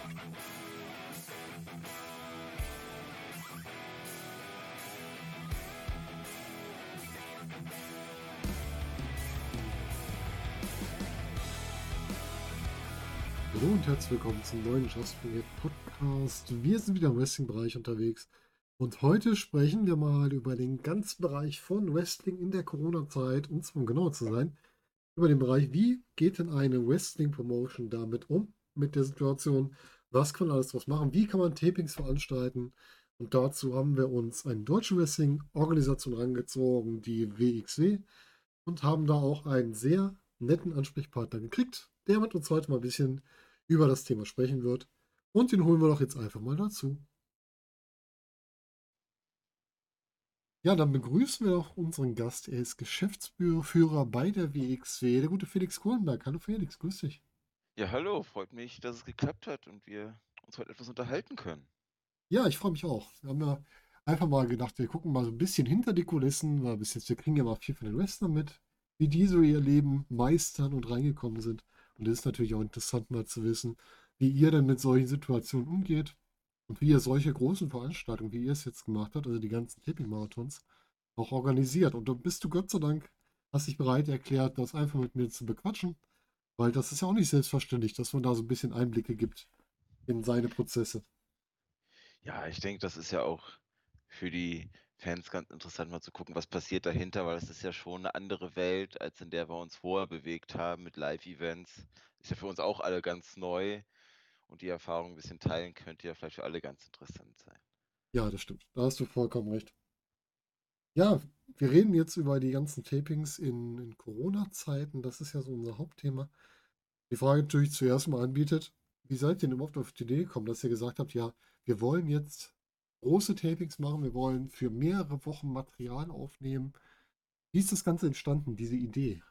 Hallo und herzlich willkommen zum neuen Just Forget Podcast. Wir sind wieder im Wrestling-Bereich unterwegs und heute sprechen wir mal über den ganzen Bereich von Wrestling in der Corona-Zeit, und zwar um genauer zu sein, über den Bereich, wie geht denn eine Wrestling-Promotion damit um, mit der Situation, was kann man alles draus machen, wie kann man Tapings veranstalten, und dazu haben wir uns eine deutsche Wrestling-Organisation rangezogen, die WXW, und haben da auch einen sehr netten Ansprechpartner gekriegt, der mit uns heute mal ein bisschen über das Thema sprechen wird. Und den holen wir doch jetzt einfach mal dazu. Ja, dann begrüßen wir doch unseren Gast. Er ist Geschäftsführer bei der WXW, der gute Felix Kohlenberg. Hallo Felix, grüß dich. Ja, hallo, freut mich, dass es geklappt hat und wir uns heute etwas unterhalten können. Ja, ich freue mich auch. Wir haben ja einfach mal gedacht, wir gucken mal so ein bisschen hinter die Kulissen, weil bis jetzt, wir kriegen ja mal viel von den Wrestlern mit, wie die so ihr Leben meistern und reingekommen sind. Und es ist natürlich auch interessant mal zu wissen, wie ihr denn mit solchen Situationen umgeht und wie ihr solche großen Veranstaltungen, wie ihr es jetzt gemacht habt, also die ganzen Taping-Marathons, auch organisiert. Und da bist du Gott sei Dank, hast dich bereit erklärt, das einfach mit mir zu bequatschen, weil das ist ja auch nicht selbstverständlich, dass man da so ein bisschen Einblicke gibt in seine Prozesse. Ja, ich denke, das ist ja auch für die Fans ganz interessant, mal zu gucken, was passiert dahinter, weil es ist ja schon eine andere Welt, als in der wir uns vorher bewegt haben mit Live-Events. Ist ja für uns auch alle ganz neu und die Erfahrung ein bisschen teilen könnte ja vielleicht für alle ganz interessant sein. Ja, das stimmt. Da hast du vollkommen recht. Ja, wir reden jetzt über die ganzen Tapings in Corona-Zeiten. Das ist ja so unser Hauptthema. Die Frage natürlich zuerst mal anbietet, wie seid ihr denn überhaupt auf die Idee gekommen, dass ihr gesagt habt, ja, wir wollen jetzt große Tapings machen, wir wollen für mehrere Wochen Material aufnehmen. Wie ist das Ganze entstanden, diese Idee?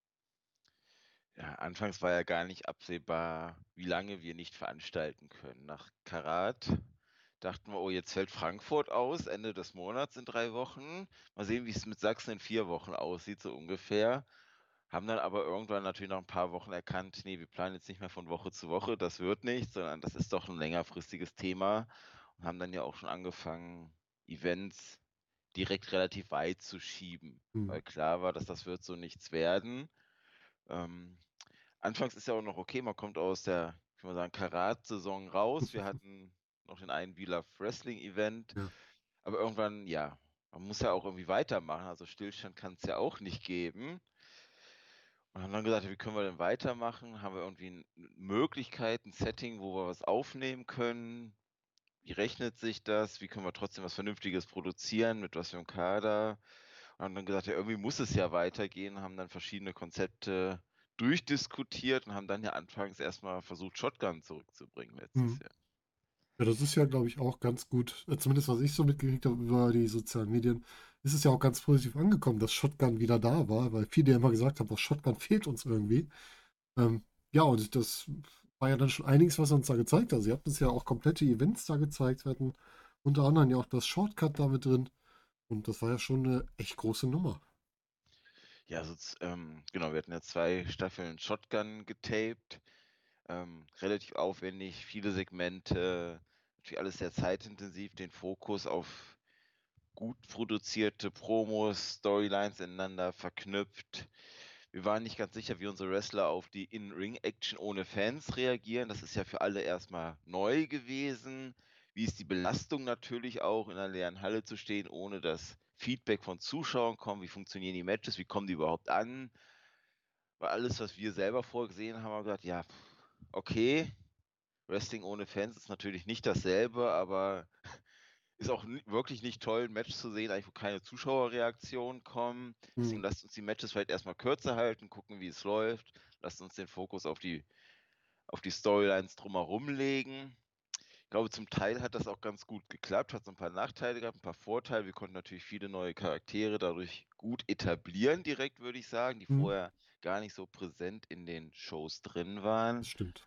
Ja, anfangs war ja gar nicht absehbar, wie lange wir nicht veranstalten können. Nach Karat dachten wir: „Oh, jetzt fällt Frankfurt aus, Ende des Monats in 3 Wochen. Mal sehen, wie es mit Sachsen in 4 Wochen aussieht“, so ungefähr. Haben dann aber irgendwann natürlich nach ein paar Wochen erkannt: „Ne, wir planen jetzt nicht mehr von Woche zu Woche, das wird nicht, sondern das ist doch ein längerfristiges Thema.“ Und haben dann ja auch schon angefangen, Events direkt relativ weit zu schieben, Hm. weil klar war, dass das wird so nichts werden. Ähm Anfangs ist ja auch noch okay, man kommt aus der, ich würde mal sagen, Karat-Saison raus. Wir hatten noch den einen We Love Wrestling Event, Ja. aber irgendwann, ja, man muss ja auch irgendwie weitermachen. Also Stillstand kann es ja auch nicht geben. Und haben dann gesagt: „Ja, wie können wir denn weitermachen? Haben wir irgendwie 'n Möglichkeit, 'n Setting, wo wir was aufnehmen können? Wie rechnet sich das? Wie können wir trotzdem was Vernünftiges produzieren? Mit was für 'm Kader?“ Und haben dann gesagt: „Ja, irgendwie muss es ja weitergehen“, haben dann verschiedene Konzepte durchdiskutiert und haben dann ja anfangs erst mal versucht, Shotgun zurückzubringen letztes Hm. Jahr. Ja, das ist ja, glaube ich, auch ganz gut, zumindest was ich so mitgekriegt habe über die sozialen Medien, ist es ja auch ganz positiv angekommen, dass Shotgun wieder da war, weil viele ja immer gesagt haben, das Shotgun fehlt uns irgendwie. Ähm, ja, und das war ja dann schon einiges, was er uns da gezeigt hat. Sie hatten uns ja auch komplette Events da gezeigt. Wir hatten unter anderem ja auch das Shortcut da mit drin. Und das war ja schon eine echt große Nummer. Ja, also genau, wir hatten ja 2 Staffeln Shotgun getaped, relativ aufwendig, viele Segmente, natürlich alles sehr zeitintensiv, den Fokus auf gut produzierte Promos, Storylines ineinander verknüpft. Wir waren nicht ganz sicher, wie unsere Wrestler auf die In-Ring-Action ohne Fans reagieren. Das ist ja für alle erstmal neu gewesen. Wie ist die Belastung natürlich auch, in einer leeren Halle zu stehen, ohne dass Feedback von Zuschauern kommt? Wie funktionieren die Matches? Wie kommen die überhaupt an? Weil alles, was wir selber vorgesehen haben, haben wir gesagt, ja, okay, Wrestling ohne Fans ist natürlich nicht dasselbe, aber ist auch wirklich nicht toll, 'n Match zu sehen, eigentlich wo keine Zuschauerreaktionen kommen. Hm. Deswegen lasst uns die Matches vielleicht erst mal kürzer halten, gucken, wie es läuft. Lasst uns den Fokus auf die Storylines drumherum legen. Ich glaube, zum Teil hat das auch ganz gut geklappt, hat so 'n paar Nachteile gehabt, 'n paar Vorteile. Wir konnten natürlich viele neue Charaktere dadurch gut etablieren direkt, würde ich sagen, die Hm. vorher gar nicht so präsent in den Shows drin waren. Das stimmt.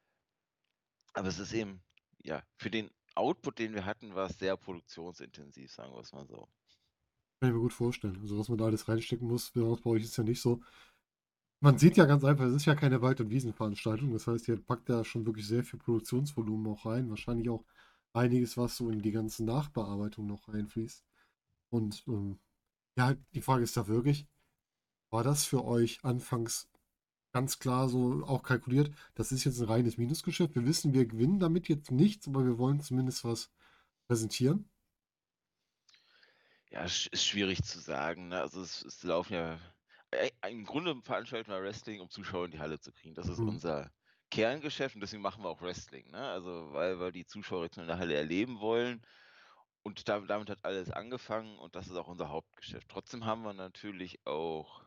Aber es ist eben, ja, für den Output, den wir hatten, war's sehr produktionsintensiv, sagen wir's mal so. Kann ich mir gut vorstellen. Also, was man da alles reinstecken muss, bei euch ist ja nicht so. Man sieht ja ganz einfach, es ist ja keine Wald und Wiesenveranstaltung. Das heißt, ihr packt da schon wirklich sehr viel Produktionsvolumen auch rein. Wahrscheinlich auch einiges, was so in die ganze Nachbearbeitung noch reinfließt. Und, ja, die Frage ist da wirklich, war das für euch anfangs ganz klar so auch kalkuliert, das ist jetzt ein reines Minusgeschäft. Wir wissen, wir gewinnen damit jetzt nichts, aber wir wollen zumindest was präsentieren? Ja, ist schwierig zu sagen, ne? Also, es laufen ja im Grunde veranstalten wir Wrestling, um Zuschauer in die Halle zu kriegen. Das ist Mhm, unser Kerngeschäft und deswegen machen wir auch Wrestling, ne? Also, weil wir die Zuschauer jetzt nur in der Halle erleben wollen und damit hat alles angefangen und das ist auch unser Hauptgeschäft. Trotzdem haben wir natürlich auch,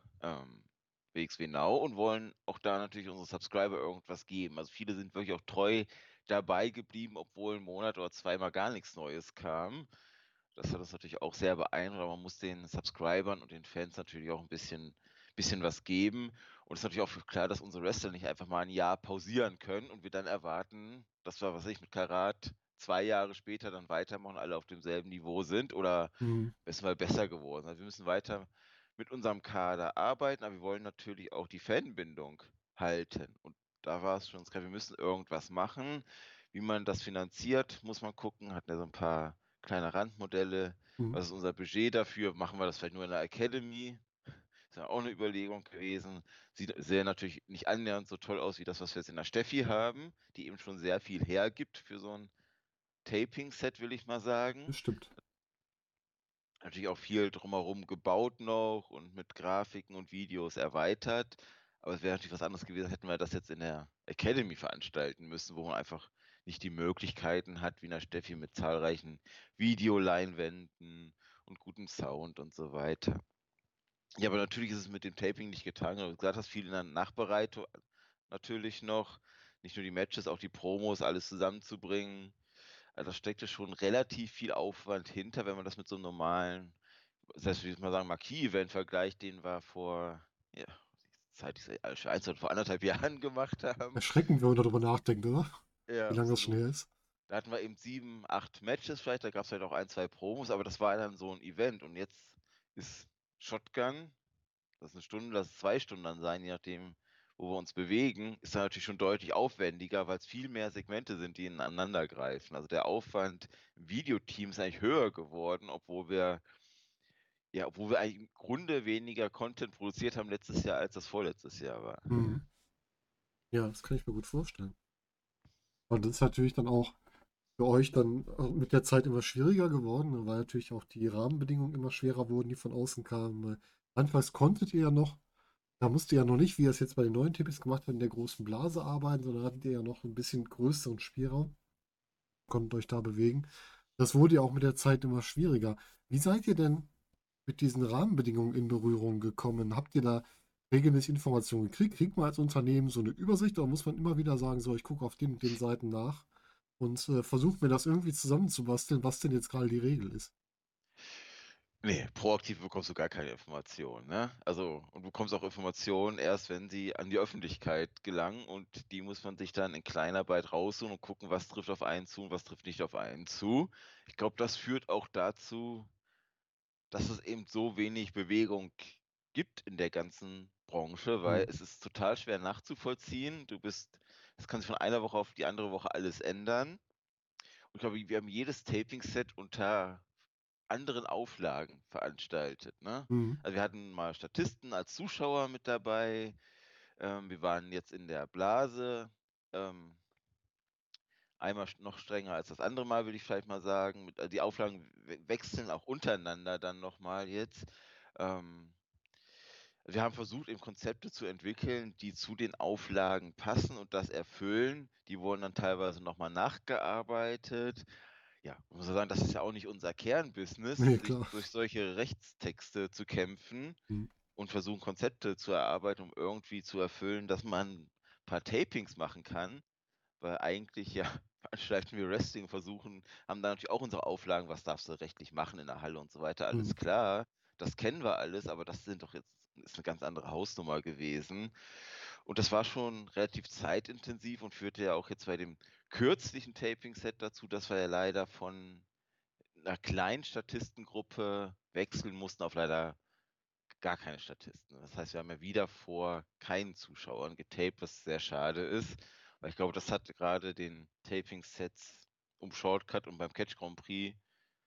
WXW Now und wollen auch da natürlich unsere Subscriber irgendwas geben. Also, viele sind wirklich auch treu dabei geblieben, obwohl 'n Monat oder zweimal gar nichts Neues kam. Das hat uns natürlich auch sehr beeindruckt, aber man muss den Subscribern und den Fans natürlich auch 'n bisschen was geben. Und es ist natürlich auch klar, dass unsere Wrestler nicht einfach mal 'n Jahr pausieren können und wir dann erwarten, dass wir, was weiß ich, mit Karat 2 Jahre später dann weitermachen, alle auf demselben Niveau sind oder mhm, bestenfalls besser geworden. Also, wir müssen weiter mit unserem Kader arbeiten, aber wir wollen natürlich auch die Fanbindung halten. Und da war es schon uns klar, wir müssen irgendwas machen. Wie man das finanziert, muss man gucken. Hatten ja so 'n paar kleine Randmodelle. mhm. Was ist unser Budget dafür? Machen wir das vielleicht nur in der Academy? Ist ja auch 'ne Überlegung gewesen. Sieht sähe natürlich nicht annähernd so toll aus wie das, was wir jetzt in der Steffi haben, die eben schon sehr viel hergibt für so 'n Taping-Set, will ich mal sagen. Das stimmt. Natürlich auch viel drumherum gebaut noch und mit Grafiken und Videos erweitert. Aber es wäre natürlich was anderes gewesen, hätten wir das jetzt in der Academy veranstalten müssen, wo man einfach nicht die Möglichkeiten hat, wie in der Steffi mit zahlreichen Videoleinwänden und gutem Sound und so weiter. Ja, aber natürlich ist es mit dem Taping nicht getan. Wie du gesagt hast, viel in der Nachbereitung natürlich noch. Nicht nur die Matches, auch die Promos, alles zusammenzubringen. Da steckte schon relativ viel Aufwand hinter, wenn man das mit so 'nem normalen, das heißt, ich würde mal sagen, Marquis-Event vergleicht, den wir vor, ja, Zeit ist ja schon 1 oder vor 1,5 Jahren gemacht haben. Erschreckend, wenn man darüber nachdenkt, oder? Wie Ja, lange das schon so her ist. da hatten wir eben 7, 8 Matches vielleicht, da gab's vielleicht auch ein, 2 Promos, aber das war dann so 'n Event und jetzt ist Shotgun, lass 'ne Stunde, lass 2 Stunden dann sein, je nachdem, wo wir uns bewegen, ist dann natürlich schon deutlich aufwendiger, weil's viel mehr Segmente sind, die ineinander greifen. Also, der Aufwand im Videoteam ist eigentlich höher geworden, obwohl wir eigentlich im Grunde weniger Content produziert haben letztes Jahr, als das vorletztes Jahr war. Mhm. Ja, das kann ich mir gut vorstellen. Und das ist natürlich dann auch für euch dann auch mit der Zeit immer schwieriger geworden, ne, weil natürlich auch die Rahmenbedingungen immer schwerer wurden, die von außen kamen. Weil anfangs konntet ihr ja noch, da musst ihr ja noch nicht, wie ihr es jetzt bei den neuen Tipps gemacht habt, in der großen Blase arbeiten, sondern hattet ihr ja noch ein bisschen größeren Spielraum, konntet euch da bewegen. Das wurde ja auch mit der Zeit immer schwieriger. Wie seid ihr denn mit diesen Rahmenbedingungen in Berührung gekommen? Habt ihr da regelmäßig Informationen gekriegt? Kriegt man als Unternehmen so eine Übersicht oder muss man immer wieder sagen, so, ich gucke auf den und den Seiten nach und versuche mir das irgendwie zusammenzubasteln, was denn jetzt gerade die Regel ist? Ne, proaktiv bekommst du gar keine Informationen, ne? Also und du bekommst auch Informationen erst, wenn sie an die Öffentlichkeit gelangen und die muss man sich dann in Kleinarbeit raussuchen und gucken, was trifft auf einen zu und was trifft nicht auf einen zu. Ich glaube, das führt auch dazu, dass es eben so wenig Bewegung gibt in der ganzen Branche, weil Mhm. es ist total schwer nachzuvollziehen. Es kann sich von einer Woche auf die andere Woche alles ändern. Und ich glaube, wir haben jedes Taping-Set unter anderen Auflagen veranstaltet, ne? Mhm. Also, wir hatten mal Statisten als Zuschauer mit dabei. Wir waren jetzt in der Blase, ähm, einmal noch strenger als das andere Mal, würde ich vielleicht mal sagen. Die Auflagen wechseln auch untereinander dann noch mal jetzt. Ähm Wir haben versucht, eben Konzepte zu entwickeln, die zu den Auflagen passen und das erfüllen. Die wurden dann teilweise noch mal nachgearbeitet. Ja, man muss ja sagen, das ist ja auch nicht unser Kernbusiness, Ne, sich klar. durch solche Rechtstexte zu kämpfen Mhm. und versuchen, Konzepte zu erarbeiten, um irgendwie zu erfüllen, dass man ein paar Tapings machen kann, weil eigentlich, ja, veranstalten wir Wrestling und haben da natürlich auch unsere Auflagen, was darfst du rechtlich machen in der Halle und so weiter, Mhm. alles klar. Das kennen wir alles, aber das sind doch jetzt ist 'ne ganz andere Hausnummer gewesen. Und das war schon relativ zeitintensiv und führte ja auch jetzt bei dem kürzlichen Taping-Set dazu, dass wir ja leider von 'ner kleinen Statistengruppe wechseln mussten auf leider gar keine Statisten. Das heißt, wir haben ja wieder vor keinen Zuschauern getaped, was sehr schade ist, weil ich glaube, das hat gerade den Taping-Sets um Shortcut und beim Catch Grand Prix,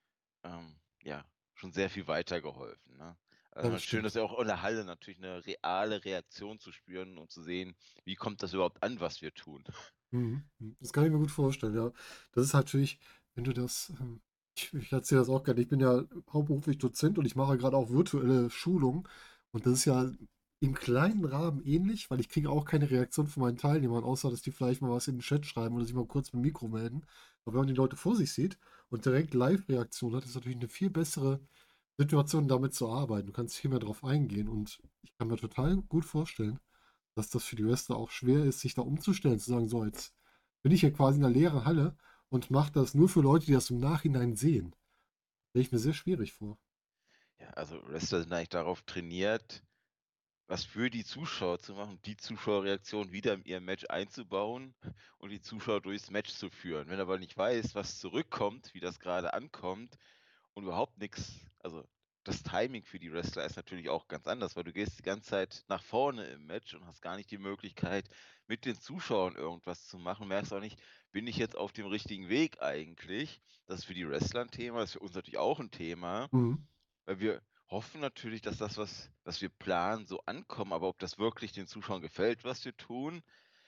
ja, schon sehr viel weitergeholfen, ne? Ja, Also, das schön, dass stimmt. ja auch in der Halle natürlich eine reale Reaktion zu spüren und zu sehen, wie kommt das überhaupt an, was wir tun. Mhm. Das kann ich mir gut vorstellen, ja. Das ist natürlich, wenn du das, ich erzähle das auch gerne, ich bin ja hauptberuflich Dozent und ich mache gerade auch virtuelle Schulungen. Und das ist ja im kleinen Rahmen ähnlich, weil ich kriege auch keine Reaktion von meinen Teilnehmern, außer dass die vielleicht mal was in den Chat schreiben oder sich mal kurz mit dem Mikro melden. Aber wenn man die Leute vor sich sieht und direkt Live-Reaktion hat, ist natürlich eine viel bessere Situation, damit zu arbeiten. Du kannst viel mehr drauf eingehen und ich kann mir total gut vorstellen, dass das für die Wrestler auch schwer ist, sich da umzustellen, zu sagen, so, jetzt bin ich hier quasi in einer leeren Halle und mache das nur für Leute, die das im Nachhinein sehen. Stelle ich mir sehr schwierig vor. Ja, also Wrestler sind eigentlich darauf trainiert, was für die Zuschauer zu machen, die Zuschauerreaktion wieder in ihr Match einzubauen und die Zuschauer durchs Match zu führen. Wenn er aber nicht weiß, was zurückkommt, wie das gerade ankommt und überhaupt nichts, also das Timing für die Wrestler ist natürlich auch ganz anders, weil du gehst die ganze Zeit nach vorne im Match und hast gar nicht die Möglichkeit, mit den Zuschauern irgendwas zu machen. Merkst auch nicht, bin ich jetzt auf dem richtigen Weg eigentlich? Das ist für die Wrestler ein Thema, ist für uns natürlich auch ein Thema. Mhm. Weil wir hoffen natürlich, dass das, was wir planen, so ankommt, aber ob das wirklich den Zuschauern gefällt, was wir tun,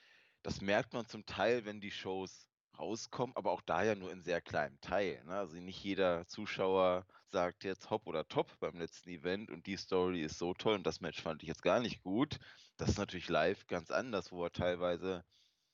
das merkt man zum Teil, wenn die Shows rauskommen, aber auch da ja nur in sehr kleinem Teil, ne? Also, nicht jeder Zuschauer sagt jetzt Hop oder Top beim letzten Event und die Story ist so toll und das Match fand ich jetzt gar nicht gut. Das ist natürlich live ganz anders, wo wir teilweise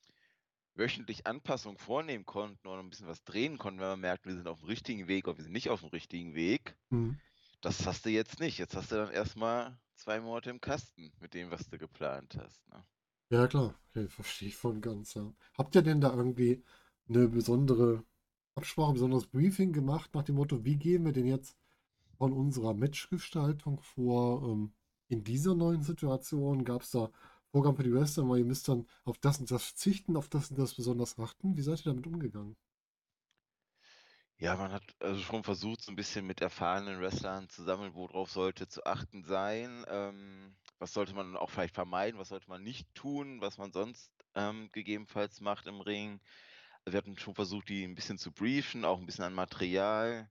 wöchentlich Anpassungen vornehmen konnten oder ein bisschen was drehen konnten, wenn man merkt, wir sind auf dem richtigen Weg oder wir sind nicht auf dem richtigen Weg. Mhm. Das hast du jetzt nicht. Jetzt hast du dann erst mal 2 Monate im Kasten mit dem, was du geplant hast, ne? Ja, klar. Okay, verstehe ich voll und ganz, ja. Habt ihr denn da irgendwie eine besondere Absprache, ein besonderes Briefing gemacht nach dem Motto, wie gehen wir denn jetzt von unserer Matchgestaltung vor in dieser neuen Situation? Gab es da Vorgaben für die Wrestler, weil ihr müsst dann auf das und das verzichten, auf das und das besonders achten? Wie seid ihr damit umgegangen? Ja, man hat also schon versucht, so 'n bisschen mit erfahrenen Wrestlern zu sammeln, worauf sollte zu achten sein, was sollte man auch vielleicht vermeiden, was sollte man nicht tun, was man sonst, gegebenenfalls macht im Ring. Wir hatten schon versucht, die 'n bisschen zu briefen, auch 'n bisschen an Material.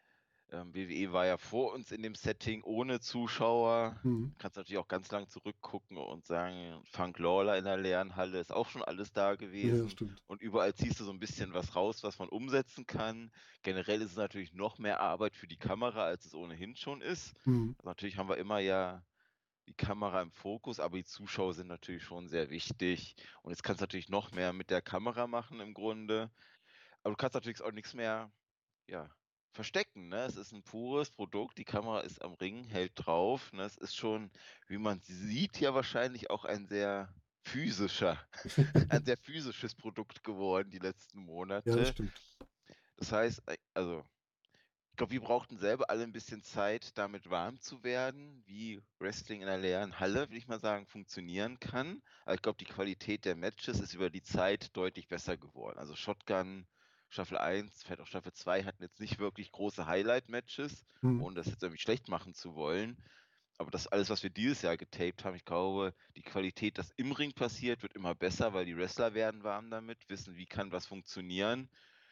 WWE war ja vor uns in dem Setting ohne Zuschauer. Mhm. Kannst natürlich auch ganz lang zurückgucken und sagen, Funk Lawler in der leeren Halle ist auch schon alles da Ja, gewesen. stimmt. Und überall ziehst du so ein bisschen was raus, was man umsetzen kann. Generell ist es natürlich noch mehr Arbeit für die Kamera, als es ohnehin schon ist. Mhm. Also natürlich haben wir immer ja die Kamera im Fokus, aber die Zuschauer sind natürlich schon sehr wichtig. Und jetzt kannst du natürlich noch mehr mit der Kamera machen im Grunde. Aber du kannst natürlich auch nichts mehr, ja, verstecken, ne? Es ist ein pures Produkt. Die Kamera ist am Ring, hält drauf, ne? Es ist schon, wie man sieht, ja wahrscheinlich auch physischer ein sehr physisches Produkt geworden die letzten Ja, das Monate. stimmt. Das heißt, also, ich glaube, wir brauchten selber alle ein bisschen Zeit, damit warm zu werden, wie Wrestling in 'ner leeren Halle, würde ich mal sagen, funktionieren kann. Aber ich glaube, die Qualität der Matches ist über die Zeit deutlich besser geworden. Also, Shotgun Staffel 1, vielleicht auch Staffel 2 hatten jetzt nicht wirklich große Highlight-Matches, Mhm. ohne das jetzt irgendwie schlecht machen zu wollen. Aber das alles, was wir dieses Jahr getaped haben, ich glaube, die Qualität, das im Ring passiert, wird immer besser, weil die Wrestler werden warm damit, wissen, wie kann was funktionieren.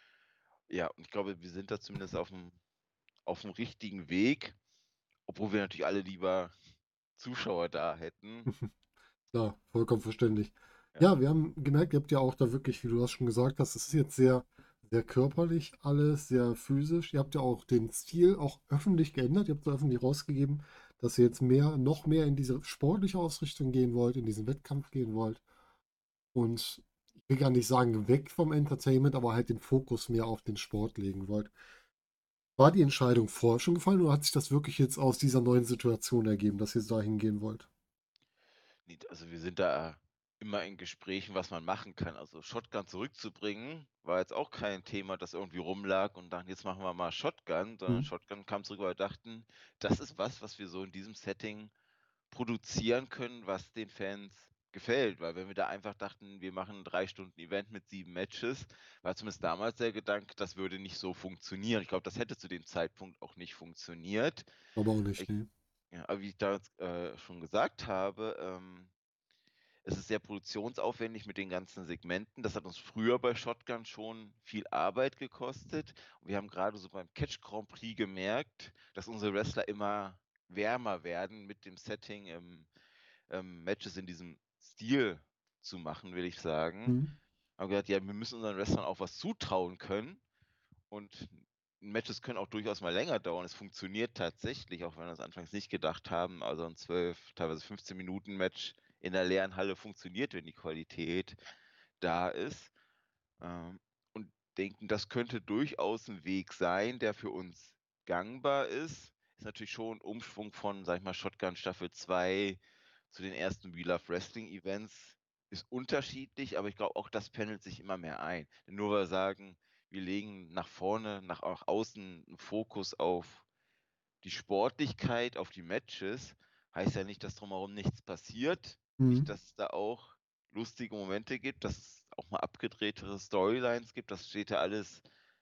Ja, und ich glaube, wir sind da zumindest auf 'm richtigen Weg, obwohl wir natürlich alle lieber Zuschauer da hätten. Ja, vollkommen verständlich. Ja. Ja, wir haben gemerkt, ihr habt ja auch da wirklich, wie du das schon gesagt hast, es ist jetzt sehr, sehr körperlich alles, sehr physisch. Ihr habt ja auch den Stil auch öffentlich geändert. Ihr habt so öffentlich rausgegeben, dass ihr jetzt mehr, noch mehr in diese sportliche Ausrichtung gehen wollt, in diesen Wettkampf gehen wollt. Und ich will gar nicht sagen, weg vom Entertainment, aber halt den Fokus mehr auf den Sport legen wollt. War die Entscheidung vorher schon gefallen oder hat sich das wirklich jetzt aus dieser neuen Situation ergeben, dass ihr dahin gehen wollt? Ne, also wir sind da immer in Gesprächen, was man machen kann. Also Shotgun zurückzubringen, war jetzt auch kein Thema, das irgendwie rumlag und dann: „Jetzt machen wir mal Shotgun“, sondern Mhm. Shotgun kam zurück, weil wir dachten, das ist was, was wir so in diesem Setting produzieren können, was den Fans gefällt. Weil wenn wir da einfach dachten, wir machen 'n 3 Stunden Event mit 7 Matches, war zumindest damals der Gedanke, das würde nicht so funktionieren. Ich glaube, das hätte zu dem Zeitpunkt auch nicht funktioniert. Aber auch nicht, Ich ne. Ja, aber wie ich damals, schon gesagt habe, es ist sehr produktionsaufwendig mit den ganzen Segmenten. Das hat uns früher bei Shotgun schon viel Arbeit gekostet. Und wir haben gerade so beim Catch Grand Prix gemerkt, dass unsere Wrestler immer wärmer werden mit dem Setting, Matches in diesem Stil zu machen, will ich sagen. Mhm. Haben gesagt: „Ja, wir müssen unseren Wrestlern auch was zutrauen können." Und Matches können auch durchaus mal länger dauern. Es funktioniert tatsächlich, auch wenn wir das anfangs nicht gedacht haben. Also 'n 12, teilweise 15 Minuten Match in der leeren Halle funktioniert, wenn die Qualität da ist. Ähm, und denken, das könnte durchaus 'n Weg sein, der für uns gangbar ist. Ist natürlich schon 'n Umschwung von, sage ich mal, Shotgun Staffel 2 zu den ersten We Love Wrestling Events. Ist unterschiedlich, aber ich glaube, auch das pendelt sich immer mehr ein. Denn nur weil wir sagen, wir legen nach vorne, nach außen 'n Fokus auf die Sportlichkeit, auf die Matches, heißt ja nicht, dass drumherum nichts passiert. Nicht, Mhm. dass es da auch lustige Momente gibt, dass es auch mal abgedrehtere Storylines gibt. Das steht ja alles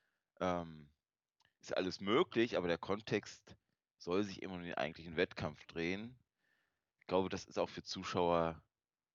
ähm, ist alles möglich, aber der Kontext soll sich immer um den eigentlichen Wettkampf drehen. Ich glaube, das ist auch für Zuschauer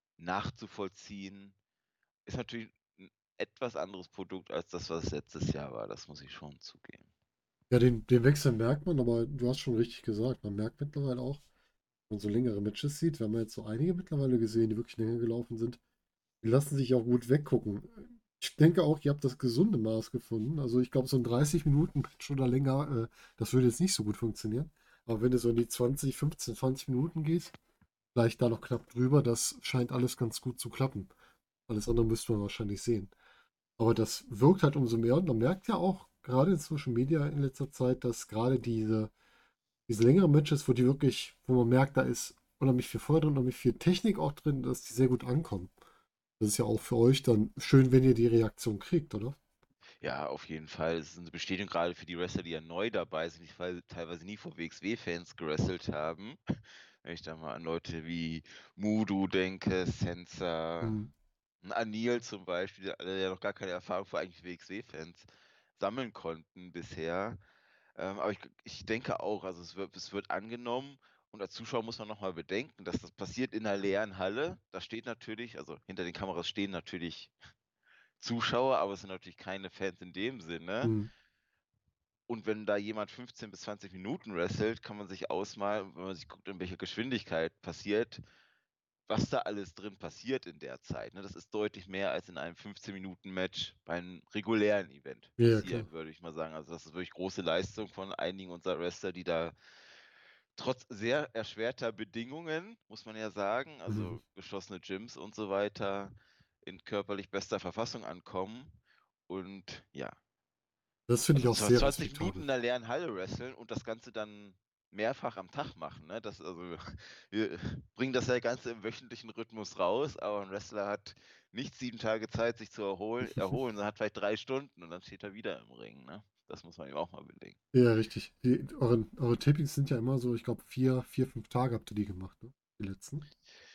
nachzuvollziehen. Ist natürlich 'n etwas anderes Produkt als das, was letztes Jahr war, das muss ich schon zugeben. Ja, den Wechsel merkt man, aber du hast schon richtig gesagt, man merkt mittlerweile auch, wenn man so längere Matches sieht, wir haben ja jetzt so einige mittlerweile gesehen, die wirklich länger gelaufen sind, die lassen sich auch gut weggucken. Ich denke auch, ihr habt das gesunde Maß gefunden. Also ich glaube, so ein 30 Minuten Match oder länger, das würde jetzt nicht so gut funktionieren. Aber wenn du so in die 20, 15, 20 Minuten gehst, vielleicht da noch knapp drüber, das scheint alles ganz gut zu klappen. Alles andere müsste man wahrscheinlich sehen. Aber das wirkt halt umso mehr und man merkt ja auch gerade in Social Media in letzter Zeit, dass gerade diese längeren Matches, wo die wirklich, wo man merkt, da ist unheimlich viel Feuer drin, unheimlich viel Technik auch drin, dass die sehr gut ankommen. Das ist ja auch für euch dann schön, wenn ihr die Reaktion kriegt, oder? Ja, auf jeden Fall. Es ist 'ne Bestätigung grade für die Wrestler, die ja neu dabei sind, die teilweise nie vor WXW-Fans gewrestelt haben. Wenn ich da mal an Leute wie Mudu denke, Senza, Mhm. 'n Anil zum Beispiel, die alle ja noch gar keine Erfahrung vor eigentlich WXW-Fans sammeln konnten bisher. Aber ich denke auch, also es wird angenommen und als Zuschauer muss man noch mal bedenken, dass das passiert in 'ner leeren Halle. Da steht natürlich, also hinter den Kameras stehen natürlich Zuschauer, aber es sind natürlich keine Fans in dem Sinne. Mhm. Und wenn da jemand 15 bis 20 Minuten wrestelt, kann man sich ausmalen, wenn man sich guckt, in welcher Geschwindigkeit passiert, was da alles drin passiert in der Zeit, ne? Das ist deutlich mehr als in einem 15 Minuten Match bei 'nem regulären Event Ja, ja, klar. passieren, würde ich mal sagen. Also, das ist wirklich große Leistung von einigen unserer Wrestler, die da trotz sehr erschwerter Bedingungen, muss man ja sagen, Mhm. also geschlossene Gyms und so weiter, in körperlich bester Verfassung ankommen. Und ja, Das finde ich also auch sehr 20 Minuten respektabel. in 'ner leeren Halle wresteln und das Ganze dann mehrfach am Tag machen, ne? Das, also wir bringen das ja Ganze im wöchentlichen Rhythmus raus, aber 'n Wrestler hat nicht 7 Tage Zeit, sich zu erholen, sondern hat vielleicht 3 Stunden und dann steht er wieder im Ring, ne? Das muss man ihm auch mal bedenken. Ja, richtig. Eure Tapings sind ja immer so, ich glaube, 5 Tage habt ihr die gemacht, ne? Die letzten.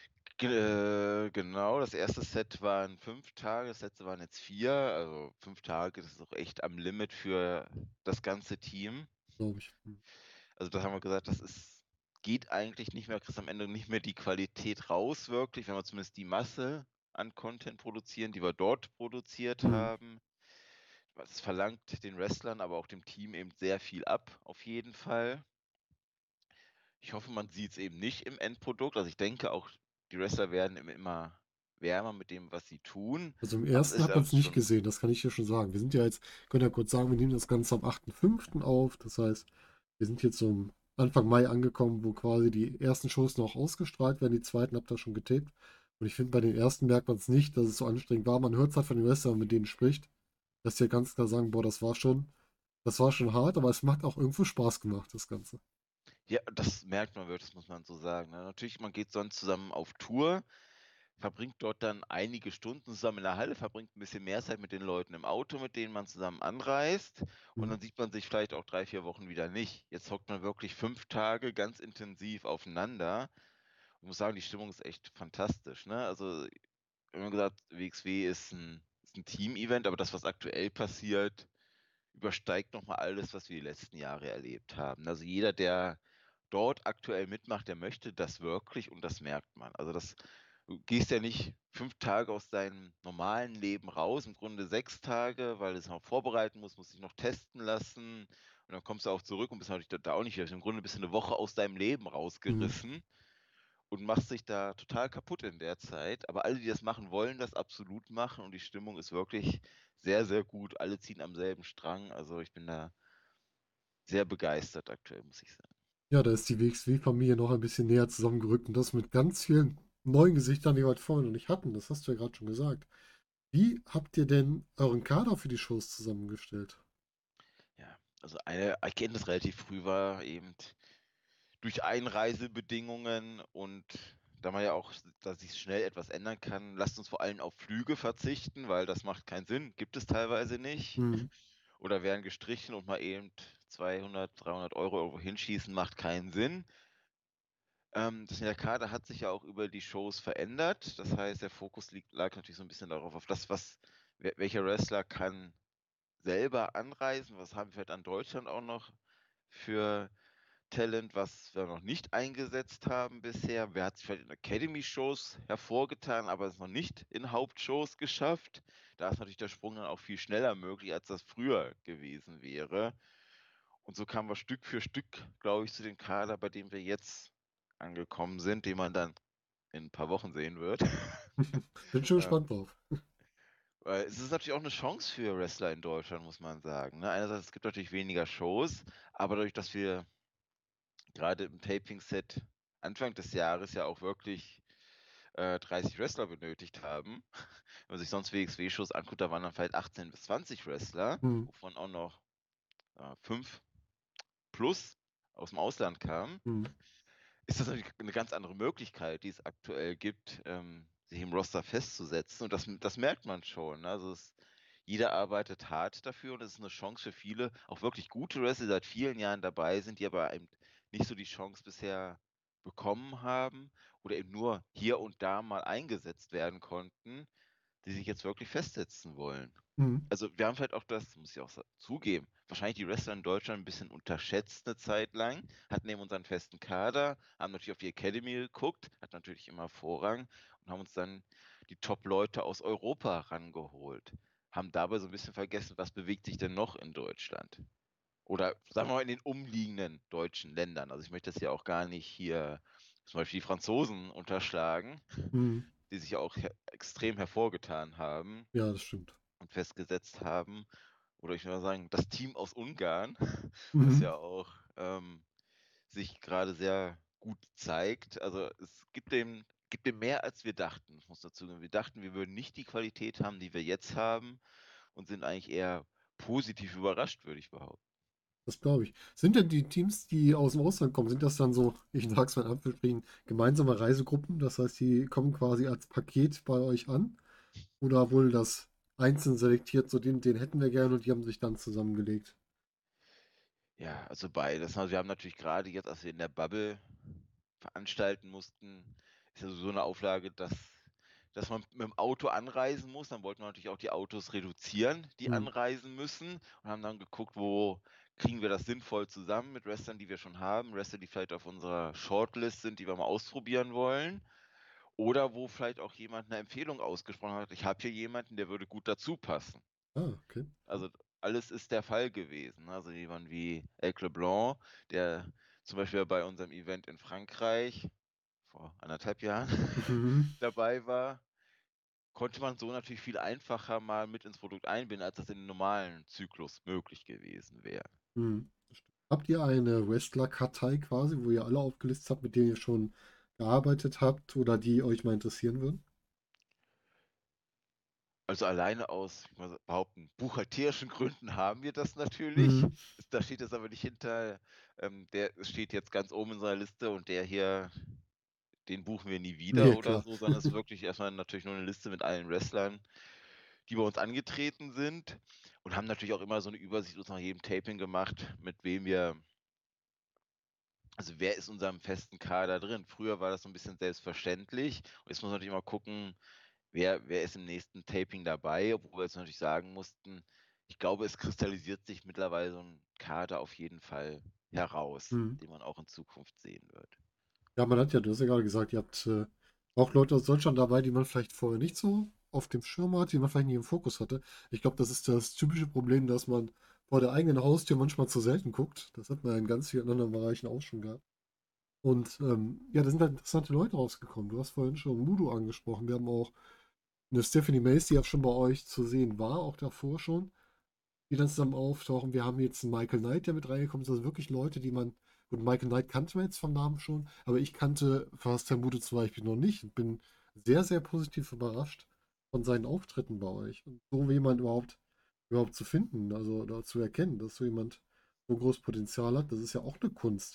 Genau, das erste Set waren 5 Tage, das letzte waren jetzt 4. Also 5 Tage, das ist auch echt am Limit für das ganze Team. Glaube ich. Mhm. Also, da haben wir gesagt, das geht eigentlich nicht mehr, kriegst am Ende nicht mehr die Qualität raus wirklich, wenn wir zumindest die Masse an Content produzieren, die wir dort produziert Mhm. haben. Es verlangt den Wrestlern, aber auch dem Team eben sehr viel ab, auf jeden Fall. Ich hoffe, man sieht's eben nicht im Endprodukt. Also, ich denke auch, die Wrestler werden immer wärmer mit dem, was sie tun, Also im aber es ersten ist hat man es uns nicht schon. gesehen, das kann ich dir schon sagen. Wir sind ja jetzt, können ja kurz sagen, wir nehmen das Ganze am 8.5. auf. Das heißt, wir sind jetzt so Anfang Mai angekommen, wo quasi die ersten Shows noch ausgestrahlt werden. Die zweiten habt ihr schon getaped. Und ich finde, bei den ersten merkt man es nicht, dass es so anstrengend war. Man hört es halt von den Wrestlern, mit denen spricht, dass die ja ganz klar sagen, boah, das war schon hart, aber es macht auch irgendwo Spaß gemacht, das Ganze. Ja, das merkt man wirklich, das muss man so sagen, ne? Natürlich, man geht sonst zusammen auf Tour, verbringt dort dann einige Stunden zusammen in der Halle, verbringt 'n bisschen mehr Zeit mit den Leuten im Auto, mit denen man zusammen anreist und Mhm. dann sieht man sich vielleicht auch 3, 4 Wochen wieder nicht. Jetzt hockt man wirklich 5 Tage ganz intensiv aufeinander. Ich muss sagen, die Stimmung ist echt fantastisch, ne? Also, wir haben gesagt, WXW ist 'n Team-Event, aber das, was aktuell passiert, übersteigt noch mal alles, was wir die letzten Jahre erlebt haben. Also, jeder, der dort aktuell mitmacht, der möchte das wirklich und das merkt man. Also, du gehst ja nicht 5 Tage aus deinem normalen Leben raus, im Grunde 6 Tage, weil du es noch vorbereiten musst dich noch testen lassen und dann kommst du auch zurück und bist natürlich da auch nicht wieder. Im Grunde bist du 'ne Woche aus deinem Leben Mhm. rausgerissen und machst dich da total kaputt in der Zeit. Aber alle, die das machen, wollen das absolut machen und die Stimmung ist wirklich sehr, sehr gut. Alle ziehen am selben Strang. Also, ich bin da sehr begeistert aktuell, muss ich sagen. Ja, da ist die WXW-Familie noch ein bisschen näher zusammengerückt und das mit ganz vielen neuen Gesichtern, die wir halt vorher noch nicht hatten. Das hast du ja gerade schon gesagt. Wie habt ihr denn euren Kader für die Shows zusammengestellt? Ja, also eine Erkenntnis relativ früh war eben durch Einreisebedingungen und da man ja auch da sich schnell etwas ändern kann, lasst uns vor allem auf Flüge verzichten, weil das macht keinen Sinn, gibt es teilweise nicht Mhm. oder werden gestrichen und mal eben 200, 300 € irgendwo hinschießen, macht keinen Sinn. Der Kader hat sich ja auch über die Shows verändert. Das heißt, der Fokus lag natürlich so ein bisschen darauf, auf das, welcher Wrestler kann selber anreisen, was haben wir vielleicht an Deutschland auch noch für Talent, was wir noch nicht eingesetzt haben bisher. Wer hat sich vielleicht in Academy-Shows hervorgetan, aber es noch nicht in Hauptshows geschafft. Da ist natürlich der Sprung dann auch viel schneller möglich, als das früher gewesen wäre. Und so kamen wir Stück für Stück, glaube ich, zu dem Kader, bei dem wir jetzt angekommen sind, den man dann in 'n paar Wochen sehen wird. Bin schon Ähm, gespannt drauf. weil es ist natürlich auch 'ne Chance für Wrestler in Deutschland, muss man sagen, ne? Einerseits, es gibt natürlich weniger Shows, aber dadurch, dass wir grade im Taping-Set Anfang des Jahres ja auch wirklich, 30 Wrestler benötigt haben. Wenn man sich sonst WXW-Shows anguckt, da waren dann vielleicht 18 bis 20 Wrestler, Mhm. wovon auch noch, 5 plus aus'm Ausland kamen. Mhm. Ist das natürlich 'ne ganz andere Möglichkeit, die es aktuell gibt, sich im Roster festzusetzen und das merkt man schon, ne? Also, jeder arbeitet hart dafür und es ist 'ne Chance für viele, auch wirklich gute Wrestler, die seit vielen Jahren dabei sind, die aber eben nicht so die Chance bisher bekommen haben oder eben nur hier und da mal eingesetzt werden konnten, die sich jetzt wirklich festsetzen wollen. Mhm. Also, wir haben vielleicht auch das muss ich auch zugeben, wahrscheinlich die Wrestler in Deutschland 'n bisschen unterschätzt 'ne Zeit lang, hatten eben unseren festen Kader, haben natürlich auf die Academy geguckt, hat natürlich immer Vorrang und haben uns dann die Top-Leute aus Europa rangeholt. Haben dabei so 'n bisschen vergessen, was bewegt sich denn noch in Deutschland? Oder sagen wir mal in den umliegenden deutschen Ländern. Also, ich möchte das ja auch gar nicht hier zum Beispiel die Franzosen unterschlagen, Mhm. die sich ja auch extrem hervorgetan haben Ja, das stimmt. und festgesetzt haben. Oder ich würde mal sagen, das Team aus Ungarn, was Mhm. ja auch, sich grade sehr gut zeigt. Also, es gibt dem mehr, als wir dachten. Ich muss dazugeben. Wir dachten, wir würden nicht die Qualität haben, die wir jetzt haben und sind eigentlich eher positiv überrascht, würde ich behaupten. Das glaube ich. Sind denn die Teams, die aus dem Ausland kommen, sind das dann so, ich sage es mal in Anführungsstrichen, gemeinsame Reisegruppen? Das heißt, die kommen quasi als Paket bei euch an? Oder wurde das einzeln selektiert, so den hätten wir gerne und die haben sich dann zusammengelegt? Ja, also beides. Also, wir haben natürlich grade jetzt, als wir in der Bubble veranstalten mussten, ist ja so 'ne Auflage, dass man mit'm Auto anreisen muss. Dann wollten wir natürlich auch die Autos reduzieren, die Mhm. anreisen müssen und haben dann geguckt, wo kriegen wir das sinnvoll zusammen mit Wrestlern, die wir schon haben, Wrestler, die vielleicht auf unserer Shortlist sind, die wir mal ausprobieren wollen oder wo vielleicht auch jemand 'ne Empfehlung ausgesprochen hat: „Ich habe hier jemanden, der würde gut dazu passen.“ Ah, okay. Also, alles ist der Fall gewesen, ne? Also, jemand wie Eric Leblanc, der zum Beispiel bei unserem Event in Frankreich vor 1,5 Jahren Mhm. dabei war, konnte man so natürlich viel einfacher mal mit ins Produkt einbinden, als das in 'nem normalen Zyklus möglich gewesen wäre. Mhm. Das stimmt. Habt ihr eine Wrestler-Kartei quasi, wo ihr alle aufgelistet habt, mit denen ihr schon gearbeitet habt oder die euch mal interessieren würden? Also, alleine aus, ich würde mal behaupten, buchhalterischen Gründen haben wir das natürlich. Mhm. Da steht jetzt aber nicht hinter, der steht jetzt ganz oben in seiner Liste und der hier, den buchen wir nie wieder Ne, oder klar. so, sondern es ist wirklich erst mal natürlich nur 'ne Liste mit allen Wrestlern, die bei uns angetreten sind und haben natürlich auch immer so 'ne Übersicht uns nach jedem Taping gemacht, mit wem wir wer ist in unserem festen Kader drin? Früher war das so 'n bisschen selbstverständlich und jetzt muss man natürlich immer gucken, wer ist im nächsten Taping dabei, obwohl wir jetzt natürlich sagen mussten, ich glaube, es kristallisiert sich mittlerweile so 'n Kader auf jeden Fall heraus, Mhm. den man auch in Zukunft sehen wird. Ja, man hat ja, du hast ja gerade gesagt, ihr habt auch Leute aus Deutschland dabei, die man vielleicht vorher nicht so auf dem Schirm hat, die man vielleicht nie im Fokus hatte. Ich glaube, das ist das typische Problem, dass man vor der eigenen Haustür manchmal zu selten guckt. Das hat man ja in ganz vielen anderen Bereichen auch schon gehabt. Und ja, da sind halt interessante Leute rausgekommen. Du hast vorhin schon Mudo angesprochen. Wir haben auch eine Stephanie Mace, die ja schon bei euch zu sehen war, auch davor schon, die dann zusammen auftauchen. Wir haben jetzt einen Michael Knight, der mit reingekommen ist. Also wirklich Leute, die man. Und Michael Knight kannte man jetzt vom Namen schon, aber ich kannte Fast Mudo zum Beispiel noch nicht und bin sehr, sehr positiv überrascht von seinen Auftritten bei euch. Und so jemand überhaupt zu finden, also oder zu erkennen, dass so jemand so großes Potenzial hat, das ist ja auch eine Kunst.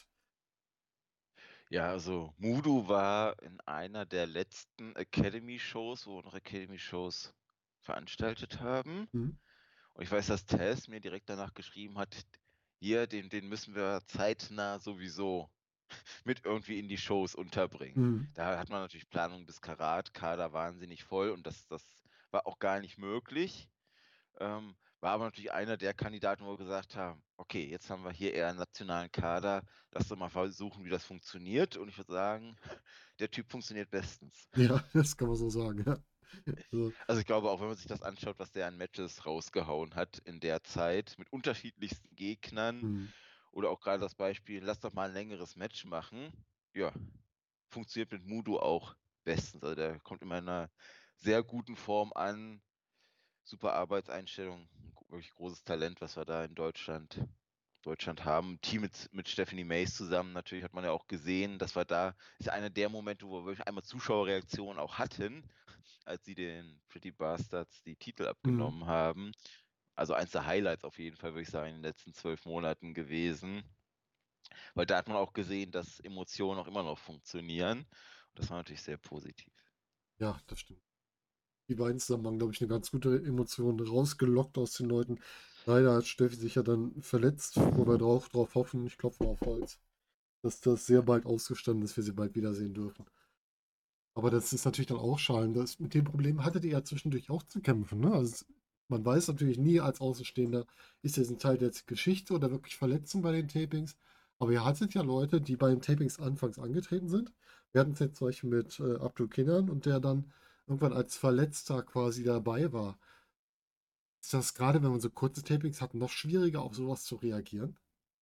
Ja, also Mudo war in einer der letzten Academy-Shows, wo wir noch Academy-Shows veranstaltet haben. Mhm. Und ich weiß, dass Tess mir direkt danach geschrieben hat, hier, den müssen wir zeitnah sowieso mit irgendwie in die Shows unterbringen. Mhm. Da hat man natürlich Planung bis Karat, Kader wahnsinnig voll und das war auch gar nicht möglich. War aber natürlich einer der Kandidaten, wo wir gesagt haben, okay, jetzt haben wir hier eher einen nationalen Kader, lass doch mal versuchen, wie das funktioniert. Und ich würde sagen, der Typ funktioniert bestens. Ja, das kann man so sagen, ja. Also, Also ich glaube, auch wenn man sich das anschaut, was der an Matches rausgehauen hat in der Zeit mit unterschiedlichsten Gegnern mhm. oder auch gerade das Beispiel, lass doch mal ein längeres Match machen. Ja, funktioniert mit Mudo auch bestens. Also der kommt immer in einer sehr guten Form an, super Arbeitseinstellung, wirklich großes Talent, was wir da in Deutschland haben. Team mit Stephanie Mays zusammen, natürlich hat man ja auch gesehen, dass wir da, ist ja einer der Momente, wo wir wirklich einmal Zuschauerreaktionen auch hatten, als sie den Pretty Bastards die Titel Mhm. abgenommen haben. Also eins der Highlights auf jeden Fall, würde ich sagen, in den letzten 12 Monaten gewesen. Weil da hat man auch gesehen, dass Emotionen auch immer noch funktionieren. Und das war natürlich sehr positiv. Ja, das stimmt. Die beiden zusammen haben, glaube ich, eine ganz gute Emotion rausgelockt aus den Leuten. Leider hat Steffi sich ja dann verletzt, wo wir drauf hoffen, ich klopfe mal auf Holz, dass das sehr bald ausgestanden ist, wir sie bald wiedersehen dürfen. Aber das ist natürlich dann auch schade. Mit dem Problem hattet ihr ja zwischendurch auch zu kämpfen. Ne? Also man weiß natürlich nie als Außenstehender, ist das ein Teil der Geschichte oder wirklich Verletzung bei den Tapings. Aber ihr hattet ja Leute, die bei den Tapings anfangs angetreten sind. Wir hatten es jetzt zum Beispiel mit Abdul Kenan und der dann irgendwann als Verletzter quasi dabei war. Ist das gerade, wenn man so kurze Tapings hat, noch schwieriger, auf sowas zu reagieren?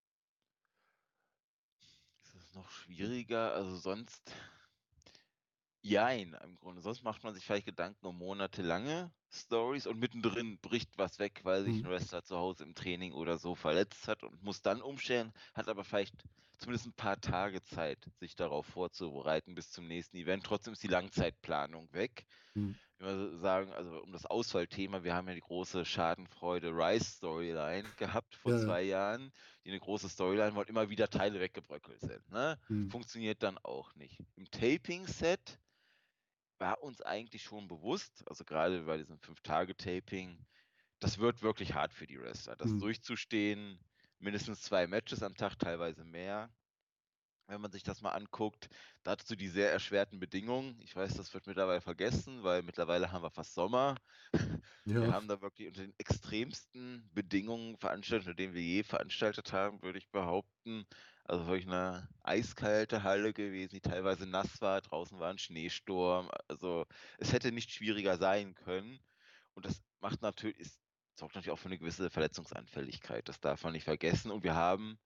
Ist es noch schwieriger? Also sonst jein, im Grunde. Sonst macht man sich vielleicht Gedanken um monatelange Stories und mittendrin bricht was weg, weil sich Hm. ein Wrestler zu Hause im Training oder so verletzt hat und muss dann umstellen, hat aber vielleicht zumindest ein paar Tage Zeit, sich darauf vorzubereiten bis zum nächsten Event. Trotzdem ist die Langzeitplanung weg. Hm. Ich würde sagen, also um das Ausfallthema, wir haben ja die große Schadenfreude Rise-Storyline gehabt vor Ja, ja. 2 Jahren, die eine große Storyline war und immer wieder Teile weggebröckelt sind, ne? Hm. Funktioniert dann auch nicht. Im Taping-Set war uns eigentlich schon bewusst, also gerade bei diesem 5-Tage-Taping, das wird wirklich hart für die Wrestler, das Hm. durchzustehen, mindestens 2 Matches am Tag, teilweise mehr. Wenn man sich das mal anguckt, da hattest du die sehr erschwerten Bedingungen. Ich weiß, das wird mittlerweile vergessen, weil mittlerweile haben wir fast Sommer. Wir Ja, haben da wirklich unter den extremsten Bedingungen veranstaltet, unter denen wir je veranstaltet haben, würde ich behaupten. Also wirklich eine eiskalte Halle gewesen, die teilweise nass war. Draußen war ein Schneesturm. Also es hätte nicht schwieriger sein können. Und das macht natürlich, sorgt natürlich auch für eine gewisse Verletzungsanfälligkeit. Das darf man nicht vergessen. Und wir haben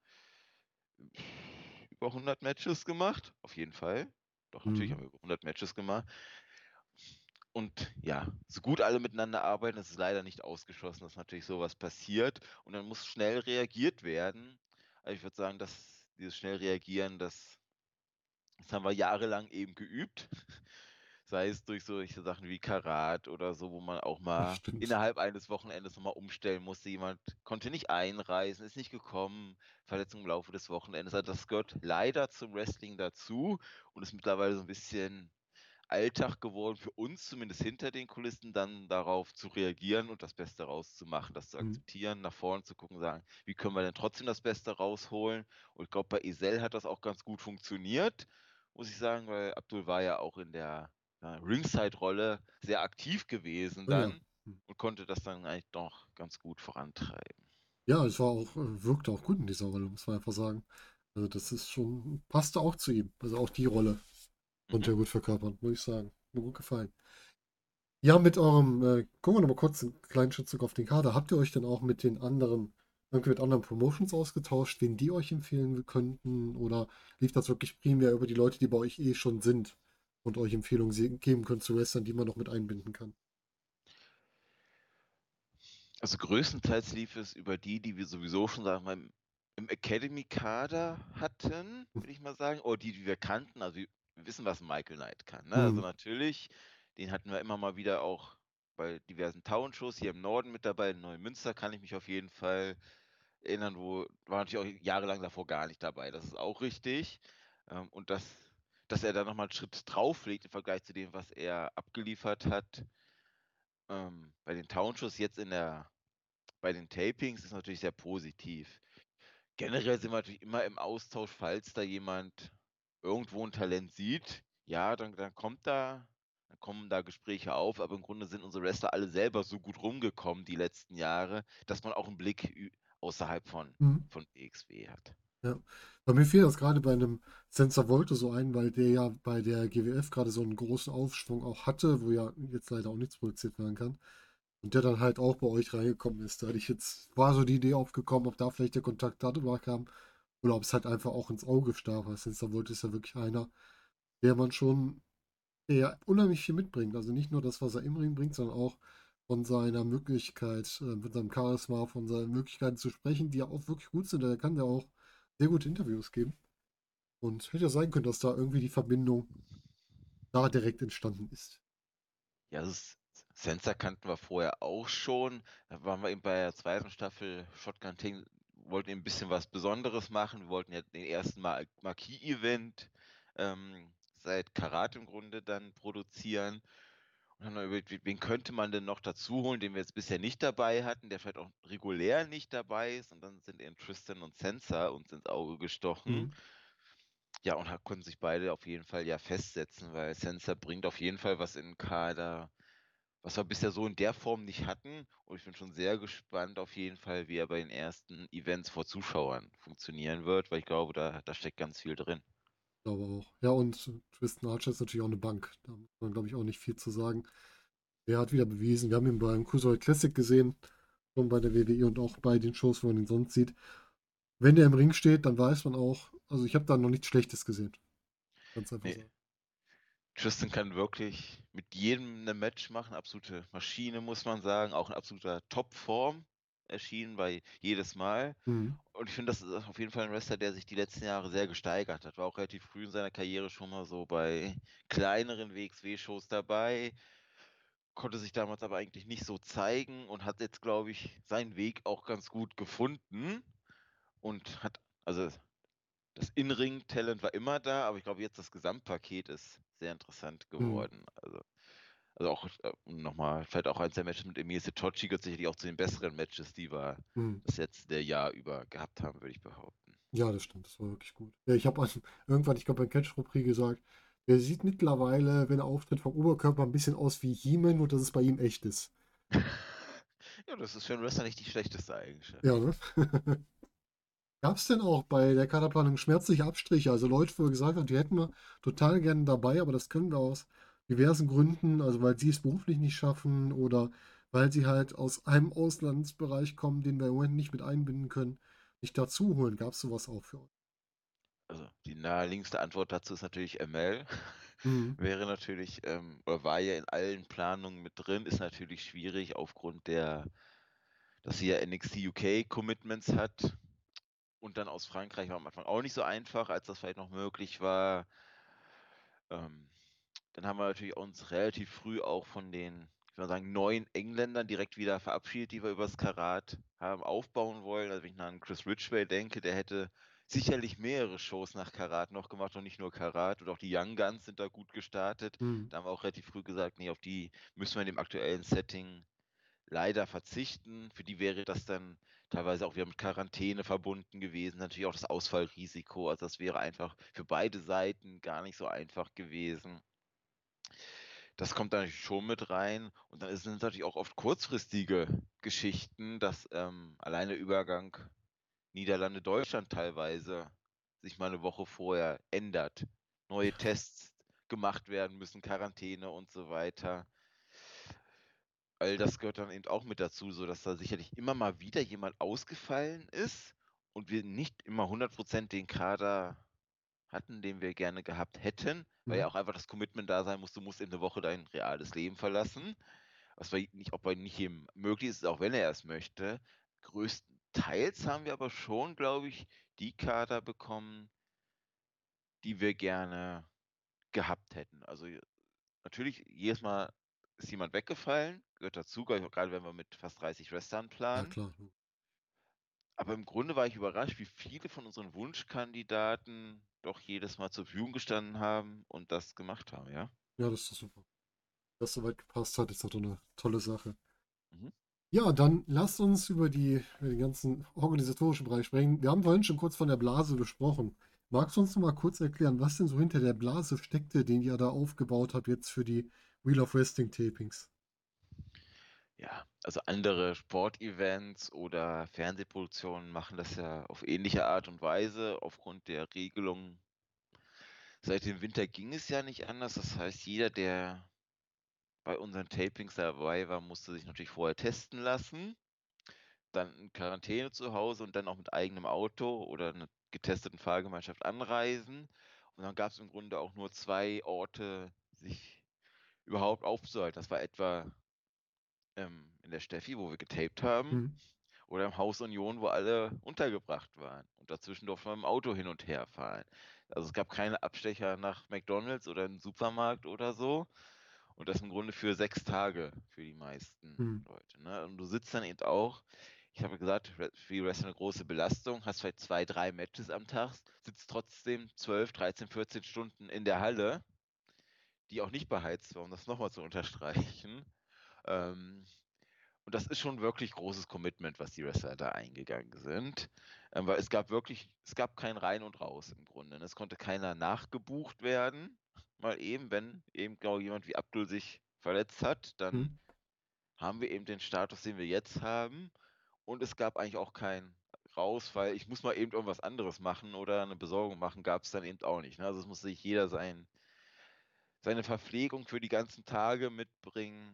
über 100 Matches gemacht, auf jeden Fall. Doch, natürlich hm. haben wir über 100 Matches gemacht. Und ja, so gut alle miteinander arbeiten, ist es leider nicht ausgeschlossen, dass natürlich sowas passiert. Und dann muss schnell reagiert werden. Also ich würde sagen, dass dieses schnell reagieren, das haben wir jahrelang eben geübt. Sei es durch solche Sachen wie Karat oder so, wo man auch Das mal stimmt. innerhalb eines Wochenendes nochmal umstellen musste. Jemand konnte nicht einreisen, ist nicht gekommen, Verletzung im Laufe des Wochenendes. Also das gehört leider zum Wrestling dazu und ist mittlerweile so ein bisschen Alltag geworden, für uns zumindest hinter den Kulissen, dann darauf zu reagieren und das Beste rauszumachen, das zu Hm. akzeptieren, nach vorne zu gucken, sagen, wie können wir denn trotzdem das Beste rausholen? Und ich glaube, bei Isel hat das auch ganz gut funktioniert, muss ich sagen, weil Abdul war ja auch in der Ringside-Rolle sehr aktiv gewesen Oh ja. dann Hm. und konnte das dann eigentlich doch ganz gut vorantreiben. Ja, es war auch, wirkte auch gut in dieser Rolle, muss man einfach sagen. Also das ist schon, passte auch zu ihm. Also auch die Rolle konnte Mhm. er gut verkörpern, muss ich sagen. Mir gut gefallen. Ja, mit eurem, gucken wir noch mal kurz einen kleinen Schritt zurück auf den Kader. Habt ihr euch denn auch mit den anderen, irgendwie mit anderen Promotions ausgetauscht, wen die euch empfehlen könnten? Oder lief das wirklich primär über die Leute, die bei euch eh schon sind und euch Empfehlungen geben können zu Wrestlern, die man noch mit einbinden kann? Also größtenteils lief es über die wir sowieso schon, sagen wir mal, im Academy-Kader hatten, würde ich mal sagen, oder die wir kannten. Also wir wissen, was Michael Knight kann, ne? Also Mhm. natürlich, den hatten wir immer mal wieder auch bei diversen Town-Shows hier im Norden mit dabei. In Neumünster kann ich mich auf jeden Fall erinnern, wo war natürlich auch jahrelang davor gar nicht dabei. Das ist auch richtig. Und dass er da noch mal 'n Schritt drauflegt im Vergleich zu dem, was er abgeliefert hat, bei den Town-Shows jetzt bei den Tapings ist natürlich sehr positiv. Generell sind wir natürlich immer im Austausch, falls da jemand irgendwo 'n Talent sieht. Ja, dann kommen da Gespräche auf, aber im Grunde sind unsere Wrestler alle selber so gut rumgekommen die letzten Jahre, dass man auch 'n Blick außerhalb Mhm. von WXW hat. Ja. Bei mir fiel das gerade bei einem Sensor Volte so ein, weil der ja bei der GWF gerade so einen großen Aufschwung auch hatte, wo ja jetzt leider auch nichts produziert werden kann. Und der dann halt auch bei euch reingekommen ist. Da hatte ich jetzt, war so die Idee aufgekommen, ob da vielleicht der Kontakt darüber kam oder ob es halt einfach auch ins Auge stach, weil Sensor Volte ist ja wirklich einer, der man schon, der ja unheimlich viel mitbringt. Also nicht nur das, was er im Ring bringt, sondern auch von seiner Möglichkeit, von seinem Charisma, von seinen Möglichkeiten zu sprechen, die ja auch wirklich gut sind. Da kann der auch sehr gute Interviews geben. Und hätte ja sein können, dass da irgendwie die Verbindung da direkt entstanden ist. Ja, Sansa kannten wir vorher auch schon. Da waren wir eben bei der zweiten Staffel Shotgun Team, wollten eben 'n bisschen was Besonderes machen. Wir wollten ja den ersten Marquis-Event, seit Karat im Grunde dann produzieren und haben dann überlegt, wen könnte man denn noch dazu holen, den wir jetzt bisher nicht dabei hatten, der vielleicht auch regulär nicht dabei ist. Und dann sind eben Tristan und Sansa uns ins Auge gestochen. Mhm. Ja, und konnten sich beide auf jeden Fall ja festsetzen, weil Sansa bringt auf jeden Fall was in 'n Kader, was wir bisher so in der Form nicht hatten. Und ich bin schon sehr gespannt auf jeden Fall, wie er bei den ersten Events vor Zuschauern funktionieren wird, weil ich glaube, da steckt ganz viel drin. Glaube auch. Ja, und Tristan Archer ist natürlich auch eine Bank. Da muss man, glaube ich, auch nicht viel zu sagen. Er hat wieder bewiesen, wir haben ihn beim Cruiserweight Classic gesehen, schon bei der WWE und auch bei den Shows, wo man ihn sonst sieht. Wenn der im Ring steht, dann weiß man auch, also ich habe da noch nichts Schlechtes gesehen. Ganz einfach Ne, sagen. Tristan kann wirklich mit jedem 'ne Match machen, absolute Maschine, muss man sagen, auch in absoluter Topform erschienen bei jedes Mal. Mhm. Und ich finde, das ist auf jeden Fall 'n Wrestler, der sich die letzten Jahre sehr gesteigert hat. War auch relativ früh in seiner Karriere schon mal so bei kleineren WXW-Shows dabei, konnte sich damals aber eigentlich nicht so zeigen und hat jetzt, glaube ich, seinen Weg auch ganz gut gefunden und hat also, das In-Ring-Talent war immer da, aber ich glaube jetzt das Gesamtpaket ist sehr interessant Mhm. geworden. Also auch, um noch mal vielleicht auch eins der Matches mit Emil Sitoci gehört sicherlich auch zu den besseren Matches, die wir Mhm. das letzte Jahr über gehabt haben, würde ich behaupten. Ja, das stimmt, das war wirklich gut. Ja, ich habe also irgendwann, ich glaube, bei Catch Rubrik gesagt, der sieht mittlerweile, wenn er auftritt, vom Oberkörper ein bisschen aus wie He-Man, nur dass es bei ihm echt ist. Ja, das ist für 'n Wrestler nicht die schlechteste Eigenschaft. Ja, ne? Gab es denn auch bei der Kaderplanung schmerzliche Abstriche? Also Leute, wo ihr gesagt habt, die hätten wir total gerne dabei, aber das können wir aus diversen Gründen, also weil sie es beruflich nicht schaffen oder weil sie halt aus einem Auslandsbereich kommen, den wir im Moment nicht mit einbinden können, nicht dazu holen. Gab es sowas auch für euch? Also, die naheliegendste Antwort dazu ist natürlich ML. Mhm. Wäre natürlich, oder war ja in allen Planungen mit drin, ist natürlich schwierig aufgrund dass sie ja NXT UK Commitments hat und dann aus Frankreich war am Anfang auch nicht so einfach, als das vielleicht noch möglich war. Ähm, Dann haben wir natürlich uns relativ früh auch von den, ich würde mal sagen, neuen Engländern direkt wieder verabschiedet, die wir übers Karat haben aufbauen wollen. Also, wenn ich an Chris Ridgway denke, der hätte sicherlich mehrere Shows nach Karat noch gemacht und nicht nur Karat. Und auch die Young Guns sind da gut gestartet. Mhm. Da haben wir auch relativ früh gesagt: „Ne, auf die müssen wir in dem aktuellen Setting leider verzichten.“ Für die wäre das dann teilweise auch wieder mit Quarantäne verbunden gewesen, natürlich auch das Ausfallrisiko. Also, das wäre einfach für beide Seiten gar nicht so einfach gewesen. Das kommt da natürlich schon mit rein und dann sind es natürlich auch oft kurzfristige Geschichten, dass, allein der Übergang Niederlande-Deutschland teilweise sich mal 'ne Woche vorher ändert. Neue Tests gemacht werden müssen, Quarantäne und so weiter. All das gehört dann eben auch mit dazu, sodass da sicherlich immer mal wieder jemand ausgefallen ist und wir nicht immer 100% den Kader hatten, den wir gerne gehabt hätten, weil ja Mhm. auch einfach das Commitment da sein muss, du musst in 'ne Woche dein reales Leben verlassen, was bei nicht jedem möglich ist, auch wenn er es möchte. Größtenteils haben wir aber schon, glaube ich, die Kader bekommen, die wir gerne gehabt hätten. Also, natürlich, jedes Mal ist jemand weggefallen, gehört dazu, grade wenn wir mit fast 30 Wrestlern Ja, planen. klar. Aber im Grunde war ich überrascht, wie viele von unseren Wunschkandidaten doch jedes Mal zur Verfügung gestanden haben und das gemacht haben, ja. Ja, das ist doch super. Dass soweit gepasst hat, ist doch eine tolle Sache. Mhm. Ja, dann lasst uns über den ganzen organisatorischen Bereich sprechen. Wir haben vorhin schon kurz von der Blase gesprochen. Magst du uns noch mal kurz erklären, was denn so hinter der Blase steckte, den ihr da aufgebaut habt jetzt für die Wheel of Wrestling Tapings? Ja, also andere Sportevents oder Fernsehproduktionen machen das ja auf ähnliche Art und Weise aufgrund der Regelung. Seit dem Winter ging es ja nicht anders. Das heißt, jeder, der bei unseren Tapings dabei war, musste sich natürlich vorher testen lassen, dann in Quarantäne zu Hause und dann auch mit eigenem Auto oder 'ner getesteten Fahrgemeinschaft anreisen. Und dann gab's im Grunde auch nur 2 Orte, sich überhaupt aufzuhalten. Das war etwa, in der Steffi, wo wir getaped haben, Mhm. oder im Haus Union, wo alle untergebracht waren. Und dazwischen durfte man mit'm Auto hin und her fahren. Also, es gab keine Abstecher nach McDonald's oder in 'n Supermarkt oder so. Und das im Grunde für 6 Tage für die meisten Mhm. Leute, ne? Und du sitzt dann eben auch, ich habe ja gesagt, für die Wrestler 'ne große Belastung, hast vielleicht 2, 3 Matches am Tag, sitzt trotzdem 12, 13, 14 Stunden in der Halle, die auch nicht beheizt war, um das noch mal zu unterstreichen. Ähm, und das ist schon wirklich großes Commitment, was die Wrestler da eingegangen sind. Weil es gab kein Rein und Raus im Grunde, ne? Es konnte keiner nachgebucht werden, mal eben. Wenn eben genau jemand wie Abdul sich verletzt hat, dann Mhm. haben wir eben den Status, den wir jetzt haben. Und es gab eigentlich auch kein Raus, weil ich muss mal eben irgendwas anderes machen oder 'ne Besorgung machen, gab's dann eben auch nicht, ne? Also, es musste sich jeder seine Verpflegung für die ganzen Tage mitbringen.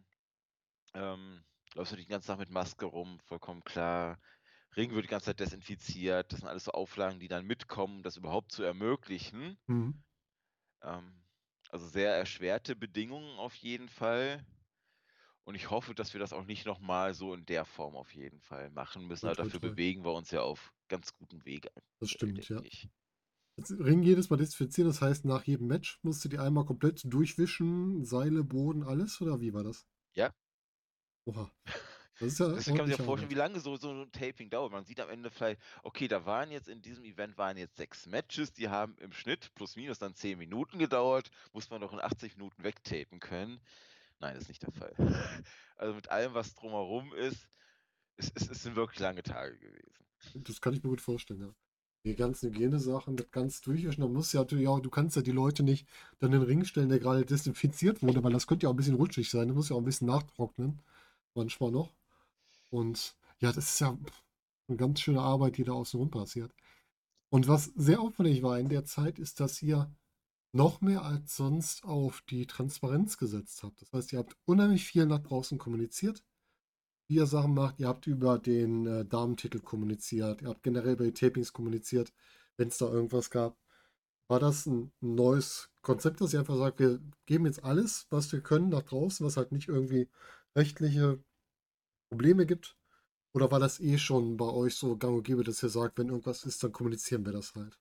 Läufst du den ganzen Tag mit Maske rum, vollkommen klar. Ring wird die ganze Zeit desinfiziert. Das sind alles so Auflagen, die dann mitkommen, um das überhaupt zu ermöglichen. Mhm. Ähm, also sehr erschwerte Bedingungen auf jeden Fall. Und ich hoffe, dass wir das auch nicht noch mal so in der Form auf jeden Fall machen müssen, Toi, aber toi, dafür toi. bewegen wir uns ja auf ganz gutem Weg Das aktuell, stimmt, ja. denke ich. Das Ring jedes Mal desinfizieren, das heißt, nach jedem Match musst du die einmal komplett durchwischen, Seile, Boden, alles, oder wie war das? Ja, Oha, das ist ja das kann man sich auch ordentliche vorstellen, wie Arbeit. lange so 'n Taping dauert. Man sieht am Ende vielleicht, okay, da waren jetzt in diesem Event waren jetzt 6 Matches, die haben im Schnitt plus minus dann 10 Minuten gedauert. Muss man doch in 80 Minuten wegtapen können. Nein, ist nicht der Fall. Also, mit allem, was drumherum ist, es sind wirklich lange Tage gewesen. Das kann ich mir gut vorstellen, ja. Die ganzen Hygienesachen, das ganz durchwischen, da musst du ja natürlich auch, du kannst ja die Leute nicht dann in den Ring stellen, der gerade desinfiziert wurde, weil das könnte ja auch ein bisschen rutschig sein. Das muss ja auch ein bisschen nachtrocknen, manchmal noch. Und ja, das ist ja eine ganz schöne Arbeit, die da außenrum passiert. Und was sehr auffällig war in der Zeit, ist, dass ihr noch mehr als sonst auf die Transparenz gesetzt habt. Das heißt, ihr habt unheimlich viel nach draußen kommuniziert, wie ihr Sachen macht. Ihr habt über den Damentitel kommuniziert. Ihr habt generell über die Tapings kommuniziert, wenn es da irgendwas gab. War das ein neues Konzept, dass ihr einfach sagt, wir geben jetzt alles, was wir können, nach draußen, was halt nicht irgendwie rechtliche Probleme gibt? Oder war das eh schon bei euch so gang und gäbe, dass ihr sagt, wenn irgendwas ist, dann kommunizieren wir das halt?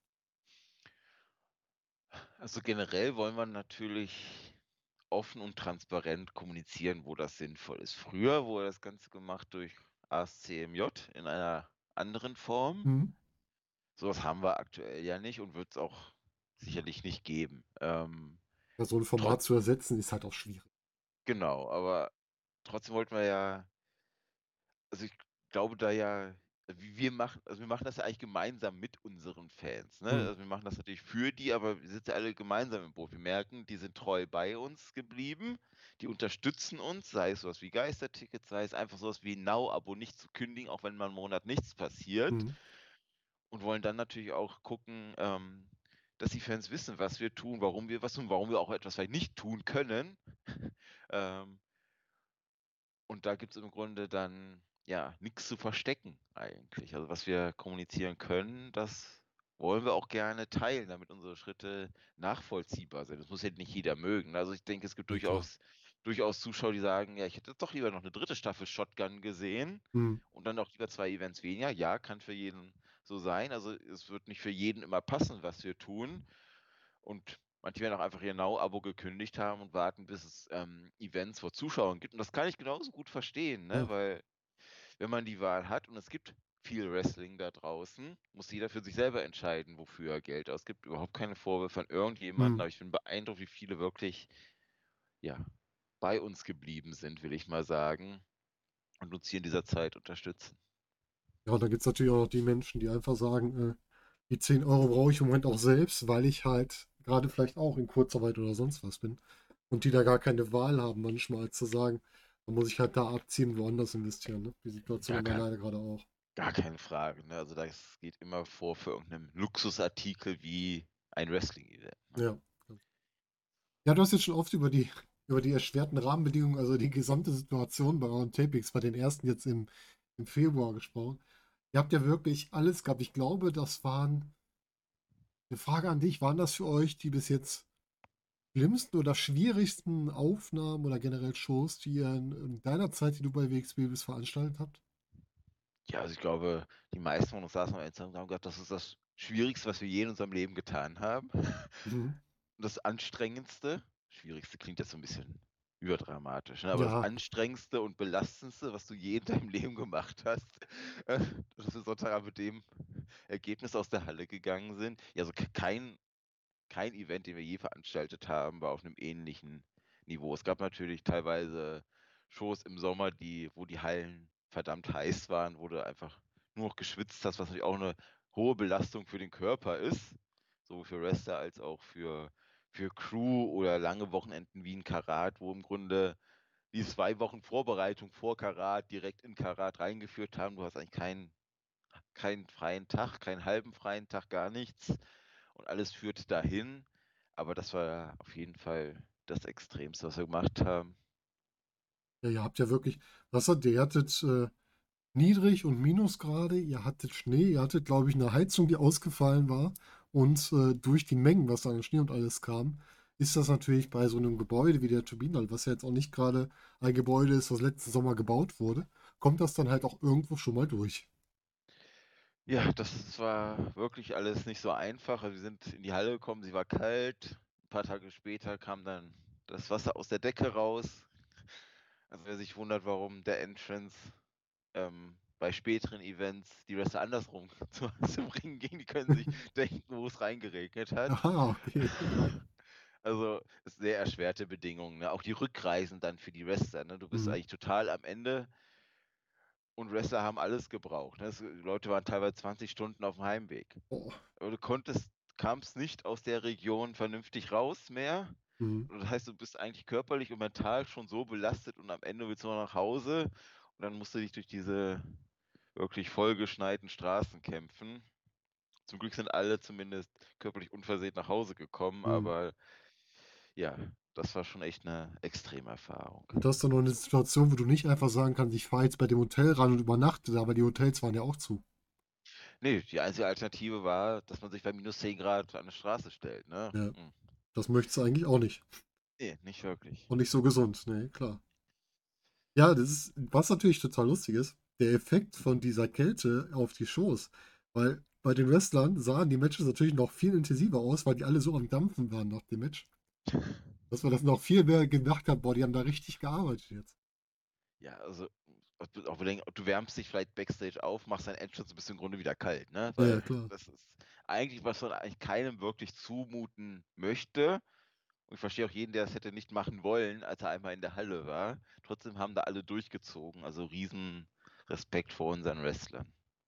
Also, generell wollen wir natürlich offen und transparent kommunizieren, wo das sinnvoll ist. Früher wurde das Ganze gemacht durch ASCMJ in einer anderen Form. Mhm. So was haben wir aktuell ja nicht und wird's auch sicherlich nicht geben. Ja, so ein Format Trotz zu ersetzen, ist halt auch schwierig. Genau, aber trotzdem wollten wir ja, also, ich glaube da ja wir machen das ja eigentlich gemeinsam mit unseren Fans, ne? Mhm. Also, wir machen das natürlich für die, aber wir sitzen ja alle gemeinsam im Boot. Wir merken, die sind treu bei uns geblieben, die unterstützen uns, sei es so was wie Geistertickets, sei es einfach so was wie 'n Now-Abo nicht zu kündigen, auch wenn mal 'n Monat nichts passiert, Mhm. und wollen dann natürlich auch gucken, dass die Fans wissen, was wir tun, warum wir was tun, warum wir auch etwas vielleicht nicht tun können. Ähm, und da gibt's im Grunde dann, ja, nix zu verstecken eigentlich. Also, was wir kommunizieren können, das wollen wir auch gerne teilen, damit unsere Schritte nachvollziehbar sind. Das muss ja nicht jeder mögen. Also, ich denke, es gibt Ja, klar. durchaus Zuschauer, die sagen: „Ja, ich hätte doch lieber noch 'ne dritte Staffel Shotgun gesehen Mhm. und dann auch lieber 2 Events weniger.“ Ja, kann für jeden so sein. Also, es wird nicht für jeden immer passen, was wir tun. Und manche werden auch einfach ihr Now-Abo gekündigt haben und warten, bis es, Events vor Zuschauern gibt. Und das kann ich genauso gut verstehen, ne? Ja. Weil wenn man die Wahl hat und es gibt viel Wrestling da draußen, muss jeder für sich selber entscheiden, wofür er Geld ausgibt. Überhaupt keine Vorwürfe an irgendjemanden, Mhm. aber ich bin beeindruckt, wie viele wirklich, ja, bei uns geblieben sind, will ich mal sagen, und uns hier in dieser Zeit unterstützen. Ja, und dann gibt's natürlich auch noch die Menschen, die einfach sagen, die 10 € brauche ich im Moment auch selbst, weil ich halt gerade vielleicht auch in Kurzarbeit oder sonst was bin und die da gar keine Wahl haben manchmal, als zu sagen, dann muss ich halt da abziehen, woanders investieren, ne? Die Situation Gar haben wir kein leider gerade auch. Gar keine Frage, ne? Also, das geht immer vor für irgend Luxusartikel wie ein Wrestling-Event, ne? Ja. Ja, du hast jetzt schon oft über die erschwerten Rahmenbedingungen, also die gesamte Situation bei euren Tapings, bei den ersten jetzt im Februar gesprochen. Ihr habt ja wirklich alles gehabt. Ich glaube, das waren eine Frage an dich, waren das für euch die bis jetzt schlimmsten oder schwierigsten Aufnahmen oder generell Shows, die ihr in deiner Zeit, die du bei WXW bist, veranstaltet habt? Ja, also, ich glaube, die meisten von uns saßen am Ende und haben gesagt: „Das ist das Schwierigste, was wir je in unserem Leben getan haben.“ Mhm. Und das Anstrengendste, Schwierigste klingt jetzt so 'n bisschen überdramatisch, ne, aber das Ja, Anstrengendste und Belastendste, was du je in deinem Leben gemacht hast, äh, dass wir Sonntagabend mit dem Ergebnis aus der Halle gegangen sind. Ja, also, kein Event, den wir je veranstaltet haben, war auf 'nem ähnlichen Niveau. Es gab natürlich teilweise Shows im Sommer, wo die Hallen verdammt heiß waren, wo du einfach nur noch geschwitzt hast, was natürlich auch 'ne hohe Belastung für den Körper ist, sowohl für Wrestler als auch für Crew, oder lange Wochenenden wie in Karat, wo im Grunde die 2 Wochen Vorbereitung vor Karat direkt in Karat reingeführt haben. Du hast eigentlich keinen freien Tag, keinen halben freien Tag, gar nichts, und alles führt dahin. Aber das war auf jeden Fall das Extremste, was wir gemacht haben. ja, ihr habt ja wirklich ihr hattet, Niedrig und Minusgrade, ihr hattet Schnee, ihr hattet, glaube ich, eine Heizung, die ausgefallen war und, durch die Mengen, was da an Schnee und alles kam, ist das natürlich bei so einem Gebäude wie der Turbinenhalle, was ja jetzt auch nicht gerade ein Gebäude ist, was letzten Sommer gebaut wurde, kommt das dann halt auch irgendwo schon mal durch. Ja, das war wirklich alles nicht so einfach. Also, wir sind in die Halle gekommen, sie war kalt. Ein paar Tage später kam dann das Wasser aus der Decke raus. Also, wer sich wundert, warum der Entrance, bei späteren Events die Wrestler andersrum zum Ring gingen, die können sich denken, wo es reingeregnet hat. Aha, okay, ja. Also, ist sehr erschwerte Bedingungen, ne? Auch die Rückreisen dann für die Wrestler, ne? Du bist Mhm. eigentlich total am Ende, und Wrestler haben alles gebraucht, ne? Die Leute waren teilweise 20 Stunden auf dem Heimweg. Boah. Aber du kamst nicht aus der Region vernünftig raus mehr. Mhm. Und das heißt, du bist eigentlich körperlich und mental schon so belastet, und am Ende willst du nur nach Hause, und dann musst du dich durch diese wirklich vollgeschneiten Straßen kämpfen. Zum Glück sind alle zumindest körperlich unversehrt nach Hause gekommen, Mhm. aber ja, das war schon echt 'ne Extremerfahrung. Und das ist dann noch 'ne Situation, wo du nicht einfach sagen kannst: „Ich fahre jetzt bei dem Hotel ran und übernachte da“, weil die Hotels waren ja auch zu. Ne, die einzige Alternative war, dass man sich bei -10 C an 'ne Straße stellt, ne? Ja, das möchtest du eigentlich auch nicht. Ne, nicht wirklich. Und nicht so gesund, ne, klar. Ja, das ist was natürlich total lustig ist, der Effekt von dieser Kälte auf die Shows. Weil bei den Wrestlern sahen die Matches natürlich noch viel intensiver aus, weil die alle so am Dampfen waren nach dem Match, dass man das noch viel mehr gedacht hat: „Boah, die haben da richtig gearbeitet jetzt.“ Ja, also, auch bedenken, du wärmst dich vielleicht Backstage auf, machst dein Entrance und bist im Grunde wieder kalt, ne? Ja, ja, Weil klar. das ist eigentlich, was man eigentlich keinem wirklich zumuten möchte. Und ich verstehe auch jeden, der es hätte nicht machen wollen, als er einmal in der Halle war. Trotzdem haben da alle durchgezogen, also riesen Respekt vor unseren Wrestlern.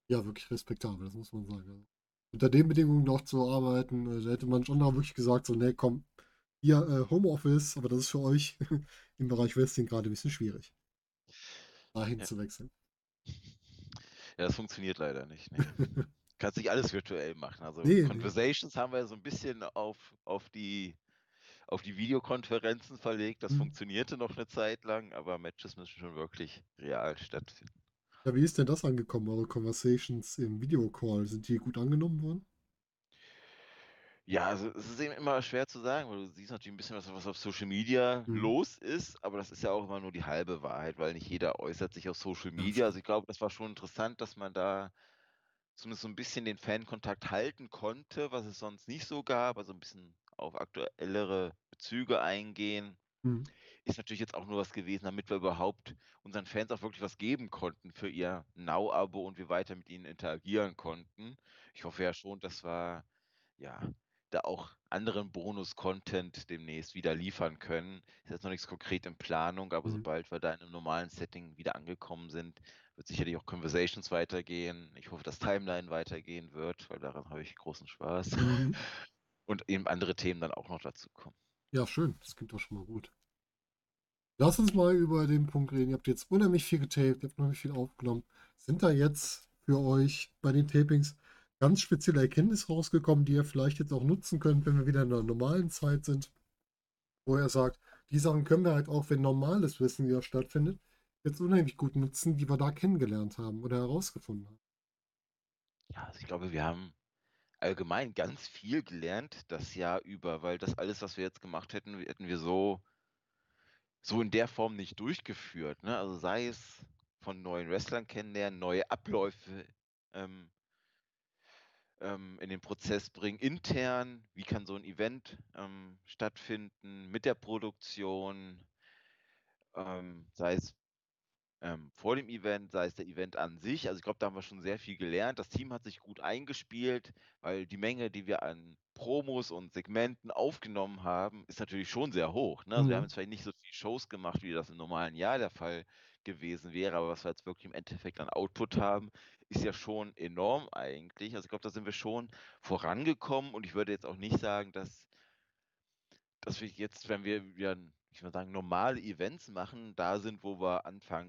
Ja, wirklich respektabel, das muss man sagen. Also, unter den Bedingungen noch zu arbeiten, da hätte manch anderer wirklich gesagt, so, nee, komm, hier Homeoffice, aber das ist für euch im Bereich Wrestling gerade ein bisschen schwierig, dahin Ja. zu wechseln. Ja, das funktioniert leider nicht, ne. Kannst nicht alles virtuell machen. Also, Nee, nee. Conversations haben wir so 'n bisschen auf die Videokonferenzen verlegt. Das Mhm. funktionierte noch 'ne Zeit lang, aber Matches müssen schon wirklich real stattfinden. Ja, wie ist denn das angekommen, eure Conversations im Videocall? Sind die gut angenommen worden? Ja, also, es ist eben immer schwer zu sagen, weil du siehst natürlich 'n bisschen, was auf Social Media Mhm. los ist, aber das ist ja auch immer nur die halbe Wahrheit, weil nicht jeder äußert sich auf Social Ja, Media. Also, stimmt. ich glaube, das war schon interessant, dass man da zumindest so 'n bisschen den Fankontakt halten konnte, was es sonst nicht so gab, also 'n bisschen auf aktuellere Bezüge eingehen. Mhm. Ist natürlich jetzt auch nur was gewesen, damit wir überhaupt unseren Fans auch wirklich was geben konnten für ihr Now-Abo und wir weiter mit ihnen interagieren konnten. Ich hoffe ja schon, dass wir, ja, da auch anderen Bonus-Content demnächst wieder liefern können. Ist jetzt noch nichts konkret in Planung, aber Mhm. sobald wir da in 'nem normalen Setting wieder angekommen sind, wird sicherlich auch Conversations weitergehen. Ich hoffe, dass Timeline weitergehen wird, weil daran habe ich großen Spaß. Mhm. Und eben andere Themen dann auch noch dazukommen. Ja, schön. Das klingt doch schon mal gut. Lass uns mal über den Punkt reden. Ihr habt jetzt unheimlich viel getaped, ihr habt unheimlich viel aufgenommen. Sind da jetzt für euch bei den Tapings ganz spezielle Erkenntnisse rausgekommen, die ihr vielleicht jetzt auch nutzen könnt, wenn wir wieder in der normalen Zeit sind, wo er sagt, die Sachen können wir halt auch, wenn normales Wissen wieder stattfindet, jetzt unheimlich gut nutzen, die wir da kennengelernt haben oder herausgefunden haben. Ja, also ich glaube, wir haben allgemein ganz viel gelernt das Jahr über, weil das alles, was wir jetzt gemacht hätten wir so in der Form nicht durchgeführt, ne? Also, sei es von neuen Wrestlern kennenlernen, neue Abläufe, ähm, in den Prozess bringen, intern. Wie kann so 'n Event, stattfinden mit der Produktion, sei es vor dem Event, sei es der Event an sich. Also, ich glaube, da haben wir schon sehr viel gelernt. Das Team hat sich gut eingespielt, weil die Menge, die wir an Promos und Segmenten aufgenommen haben, ist natürlich schon sehr hoch, ne? Also, wir haben Mhm. jetzt vielleicht nicht so viel Shows gemacht, wie das im normalen Jahr der Fall gewesen wäre, aber was wir jetzt wirklich im Endeffekt an Output haben, ist ja schon enorm eigentlich. Also, ich glaube, da sind wir schon vorangekommen und ich würde jetzt auch nicht sagen, dass wir jetzt, wenn wir wieder, ich würde sagen, normale Events machen, da sind, wo wir Anfang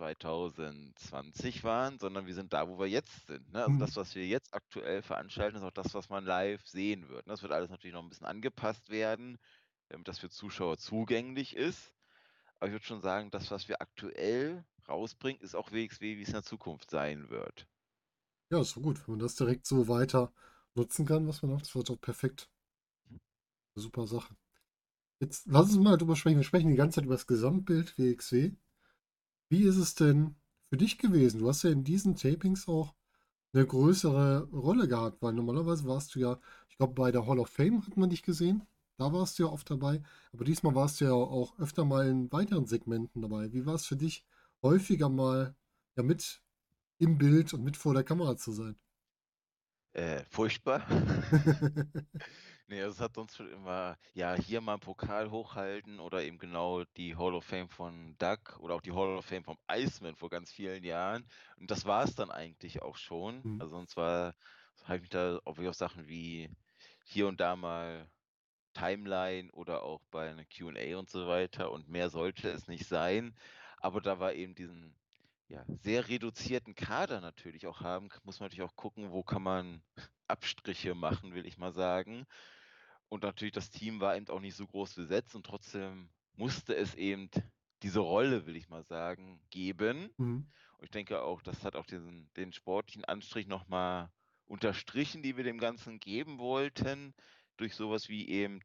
2020 waren, sondern wir sind da, wo wir jetzt sind, ne? Also, Mhm. das, was wir jetzt aktuell veranstalten, ist auch das, was man live sehen wird, ne? Das wird alles natürlich noch 'n bisschen angepasst werden, damit das für Zuschauer zugänglich ist. Aber ich würde schon sagen, das, was wir aktuell rausbringen, ist auch WXW, wie es in der Zukunft sein wird. Ja, ist so gut, wenn man das direkt so weiter nutzen kann, was man macht. Das wird doch perfekt. Super Sache. Jetzt lass uns mal drüber sprechen. Wir sprechen die ganze Zeit über das Gesamtbild WXW. Wie ist es denn für dich gewesen? Du hast ja in diesen Tapings auch eine größere Rolle gehabt, weil normalerweise warst du ja, ich glaube, bei der Hall of Fame hat man dich gesehen. Da warst du ja oft dabei. Aber diesmal warst du ja auch öfter mal in weiteren Segmenten dabei. Wie war es für dich, häufiger mal ja mit im Bild und mit vor der Kamera zu sein? Furchtbar. Ne, also es hat sonst schon immer, ja, hier mal 'n Pokal hochhalten oder eben genau die Hall of Fame von Doug oder auch die Hall of Fame vom Iceman vor ganz vielen Jahren. Und das war's dann eigentlich auch schon. Mhm. Also, sonst habe ich mich da auch wirklich auf Sachen wie hier und da mal Timeline oder auch bei 'ner Q&A und so weiter und mehr sollte es nicht sein. Aber da wir eben diesen, ja, sehr reduzierten Kader natürlich auch haben, muss man natürlich auch gucken, wo kann man Abstriche machen, will ich mal sagen. Und natürlich das Team war eben auch nicht so groß besetzt und trotzdem musste es eben diese Rolle, will ich mal sagen, geben. Mhm. Und ich denke auch, das hat auch den sportlichen Anstrich noch mal unterstrichen, die wir dem Ganzen geben wollten, durch sowas wie eben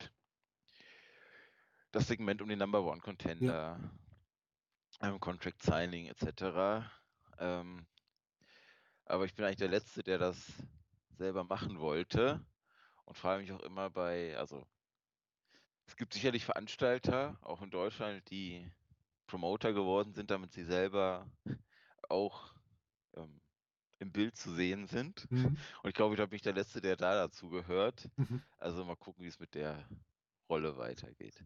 das Segment um den Number One Ja. Contender, Contract Signing et cetera. Ähm, aber ich bin eigentlich der Letzte, der das selber machen wollte und frage mich auch immer es gibt sicherlich Veranstalter, auch in Deutschland, die Promoter geworden sind, damit sie selber auch, ähm, im Bild zu sehen sind. Mhm. Und ich glaube, da bin ich der Letzte, der da dazu gehört. Mhm. Also, mal gucken, wie es mit der Rolle weitergeht.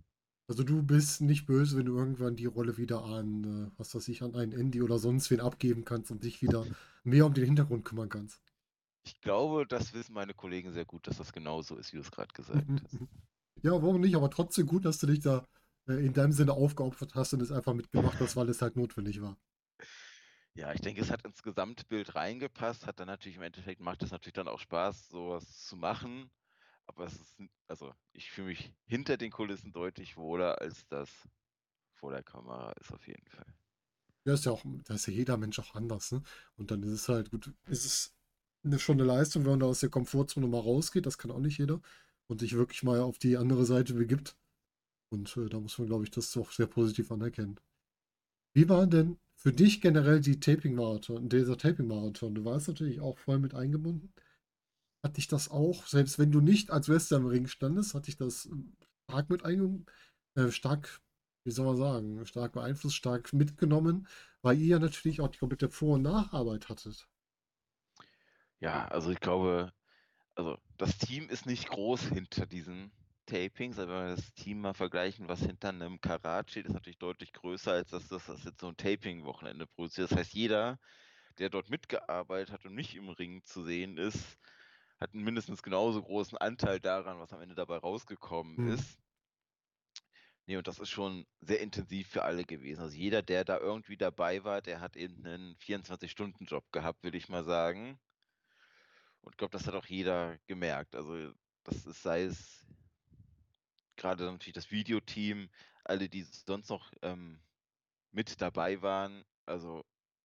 Also du bist nicht böse, wenn du irgendwann die Rolle wieder an, was weiß ich, an einen Andy oder sonst wen abgeben kannst und dich wieder mehr um den Hintergrund kümmern kannst. Ich glaube, das wissen meine Kollegen sehr gut, dass das genauso ist, wie du es gerade gesagt hast. Ja, warum nicht? Aber trotzdem gut, dass du dich da in deinem Sinne aufgeopfert hast und es einfach mitgemacht hast, weil es halt notwendig war. Ja, ich denke, es hat ins Gesamtbild reingepasst, hat dann natürlich im Endeffekt macht es natürlich dann auch Spaß, so was zu machen, aber es ist also, ich fühle mich hinter den Kulissen deutlich wohler, als das vor der Kamera ist auf jeden Fall. Ja, ist ja auch, da ist ja jeder Mensch auch anders, ne? Und dann ist es halt gut, ist es schon eine Leistung, wenn man da aus der Komfortzone mal rausgeht, das kann auch nicht jeder, und sich wirklich mal auf die andere Seite begibt. Und da muss man, glaube ich, das doch sehr positiv anerkennen. Wie war denn für dich generell dieser Taping-Marathon? Du warst natürlich auch voll mit eingebunden. Hat dich das auch, selbst wenn du nicht als Wrestler im Ring standest, hat dich das stark mit eingebunden, stark, wie soll man sagen, stark beeinflusst, stark mitgenommen, weil ihr ja natürlich auch die komplette Vor- und Nacharbeit hattet. Ja, also ich glaube, also das Team ist nicht groß hinter diesen Tapings, aber wenn wir das Team mal vergleichen, was hinter einem Karat steht, ist natürlich deutlich größer, als das jetzt so ein Taping-Wochenende produziert. Das heißt, jeder, der dort mitgearbeitet hat und nicht im Ring zu sehen ist, hat einen mindestens genauso großen Anteil daran, was am Ende dabei rausgekommen Mhm. ist. Ne, und das ist schon sehr intensiv für alle gewesen. Also jeder, der da irgendwie dabei war, der hat eben 'nen 24-Stunden-Job gehabt, würde ich mal sagen. Und ich glaube, das hat auch jeder gemerkt. Also, das ist sei es grade natürlich das Videoteam, alle, die sonst noch, mit dabei waren. Also,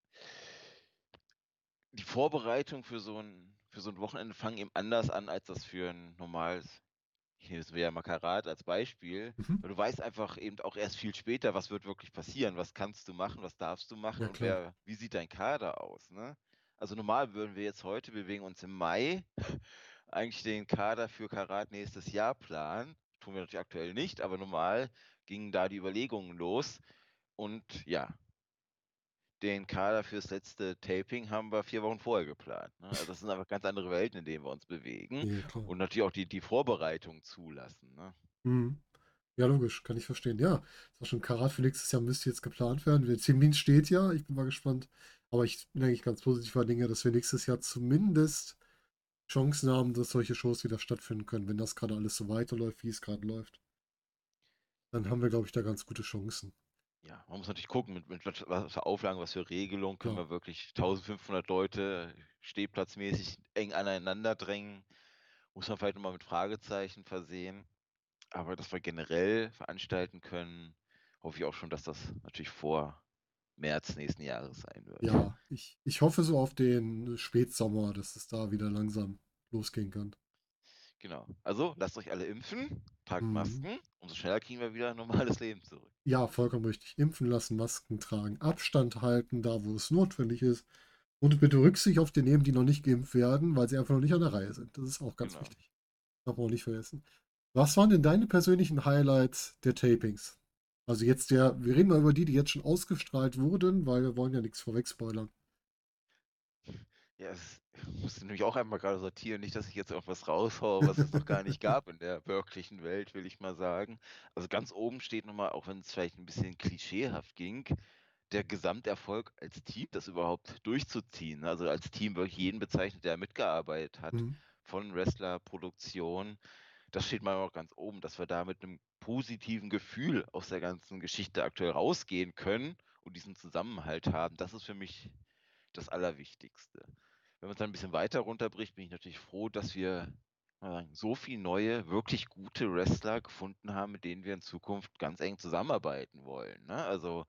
die Vorbereitung für so 'n Wochenende fangen eben anders an, als das für 'n normales hier ist wieder mal Karat als Beispiel, Mhm. weil du weißt einfach eben auch erst viel später, was wird wirklich passieren, was kannst du machen, was darfst du machen Ja, und klar. wie sieht dein Kader aus, ne? Also, normal würden wir jetzt heute wir bewegen uns im Mai, eigentlich den Kader für Karat nächstes Jahr planen. Tun wir natürlich aktuell nicht, aber normal gingen da die Überlegungen los und ja, den Kader fürs letzte Taping haben wir 4 Wochen vorher geplant, ne? Also, das sind einfach ganz andere Welten, in denen wir uns bewegen Ja, klar. und natürlich auch die Vorbereitung zulassen, ne? Mhm. Ja, logisch, kann ich verstehen. Ja, ist auch schon Karat für nächstes Jahr müsste jetzt geplant werden. Der Termin steht ja, ich bin mal gespannt. Aber ich bin eigentlich ganz positiver Dinge, dass wir nächstes Jahr zumindest Chancen haben, dass solche Shows wieder stattfinden können, wenn das gerade alles so weiterläuft, wie es gerade läuft. Dann haben wir, glaube ich, da ganz gute Chancen. Ja, man muss natürlich gucken, mit was für Auflagen, was für Regelungen können Klar. wir wirklich 1.500 Leute stehplatzmäßig eng aneinander drängen. Muss man vielleicht noch mal mit Fragezeichen versehen. Aber dass wir generell veranstalten können, hoffe ich auch schon, dass das natürlich vor März nächsten Jahres sein wird. Ja, ich hoffe so auf den Spätsommer, dass es da wieder langsam losgehen kann. Genau. Also, lasst euch alle impfen, tragt Mhm. Masken, umso schneller kriegen wir wieder 'n normales Leben zurück. Ja, vollkommen richtig. Impfen lassen, Masken tragen, Abstand halten, da wo es notwendig ist. Und bitte Rücksicht auf die nehmen, die noch nicht geimpft werden, weil sie einfach noch nicht an der Reihe sind. Das ist auch ganz Genau. wichtig. Darf man auch nicht vergessen. Was waren denn deine persönlichen Highlights der Tapings? Also jetzt wir reden mal über die, die jetzt schon ausgestrahlt wurden, weil wir wollen ja nichts vorweg spoilern. Ja, ich musste nämlich auch einmal gerade sortieren, nicht, dass ich jetzt irgendwas raushaue, was es noch gar nicht gab in der wirklichen Welt, will ich mal sagen. Also, ganz oben steht noch mal, auch wenn es vielleicht ein bisschen klischeehaft ging, der Gesamterfolg als Team, das überhaupt durchzuziehen. Also, als Team wirklich jeden bezeichnet, der mitgearbeitet hat, Mhm. von Wrestler, Produktion. Das steht mal auch ganz oben, dass wir da mit einem positiven Gefühl aus der ganzen Geschichte aktuell rausgehen können und diesen Zusammenhalt haben. Das ist für mich das Allerwichtigste. Wenn man es dann 'n bisschen weiter runterbricht, bin ich natürlich froh, dass wir, so viel neue, wirklich gute Wrestler gefunden haben, mit denen wir in Zukunft ganz eng zusammenarbeiten wollen, ne? Also,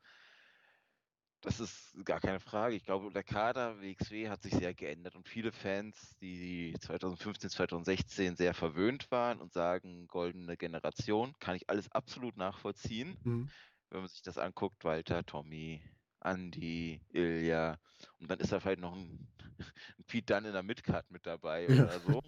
das ist gar keine Frage. Ich glaube, der Kader WXW hat sich sehr geändert und viele Fans, die 2015, 2016 sehr verwöhnt waren und sagen: „Goldene Generation“, kann ich alles absolut nachvollziehen. Mhm. Wenn man sich das anguckt, Walter, Tommy, Andy, Ilja und dann ist da vielleicht noch 'n 'n Pete Dunne in der Midcard mit dabei Ja. oder so.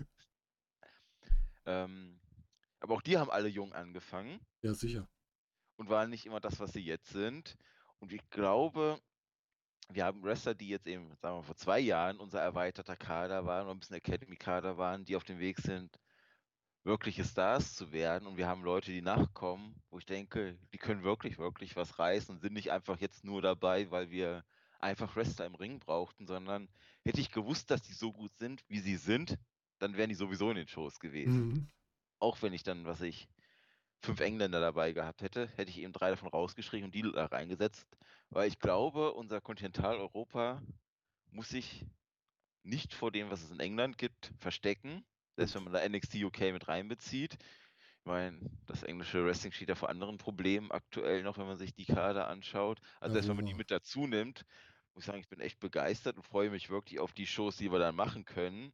Ähm, aber auch die haben alle jung angefangen Ja, sicher. und waren nicht immer das, was sie jetzt sind. Und ich glaube, wir haben Wrestler, die jetzt eben, sagen wir, vor 2 Jahren unser erweiterter Kader waren oder 'n bisschen Academy-Kader waren, die auf dem Weg sind, wirkliche Stars zu werden und wir haben Leute, die nachkommen, wo ich denke, die können wirklich, wirklich was reißen und sind nicht einfach jetzt nur dabei, weil wir einfach Wrestler im Ring brauchten, sondern hätte ich gewusst, dass die so gut sind, wie sie sind, dann wären die sowieso in den Shows gewesen. Mhm. Auch wenn ich dann, was ich 5 Engländer dabei gehabt hätte, hätte ich eben 3 davon rausgeschrieben und die da reingesetzt, weil ich glaube, unser Kontinentaleuropa muss sich nicht vor dem, was es in England gibt, verstecken, selbst wenn Stimmt. man da NXT UK mit reinbezieht. Ich meine, das englische Wrestling steht ja vor anderen Problemen aktuell noch, wenn man sich die Kader anschaut. Also Ja, selbst wenn wohl man die wahr. mit dazu nimmt, muss ich sagen, ich bin echt begeistert und freue mich wirklich auf die Shows, die wir dann machen können,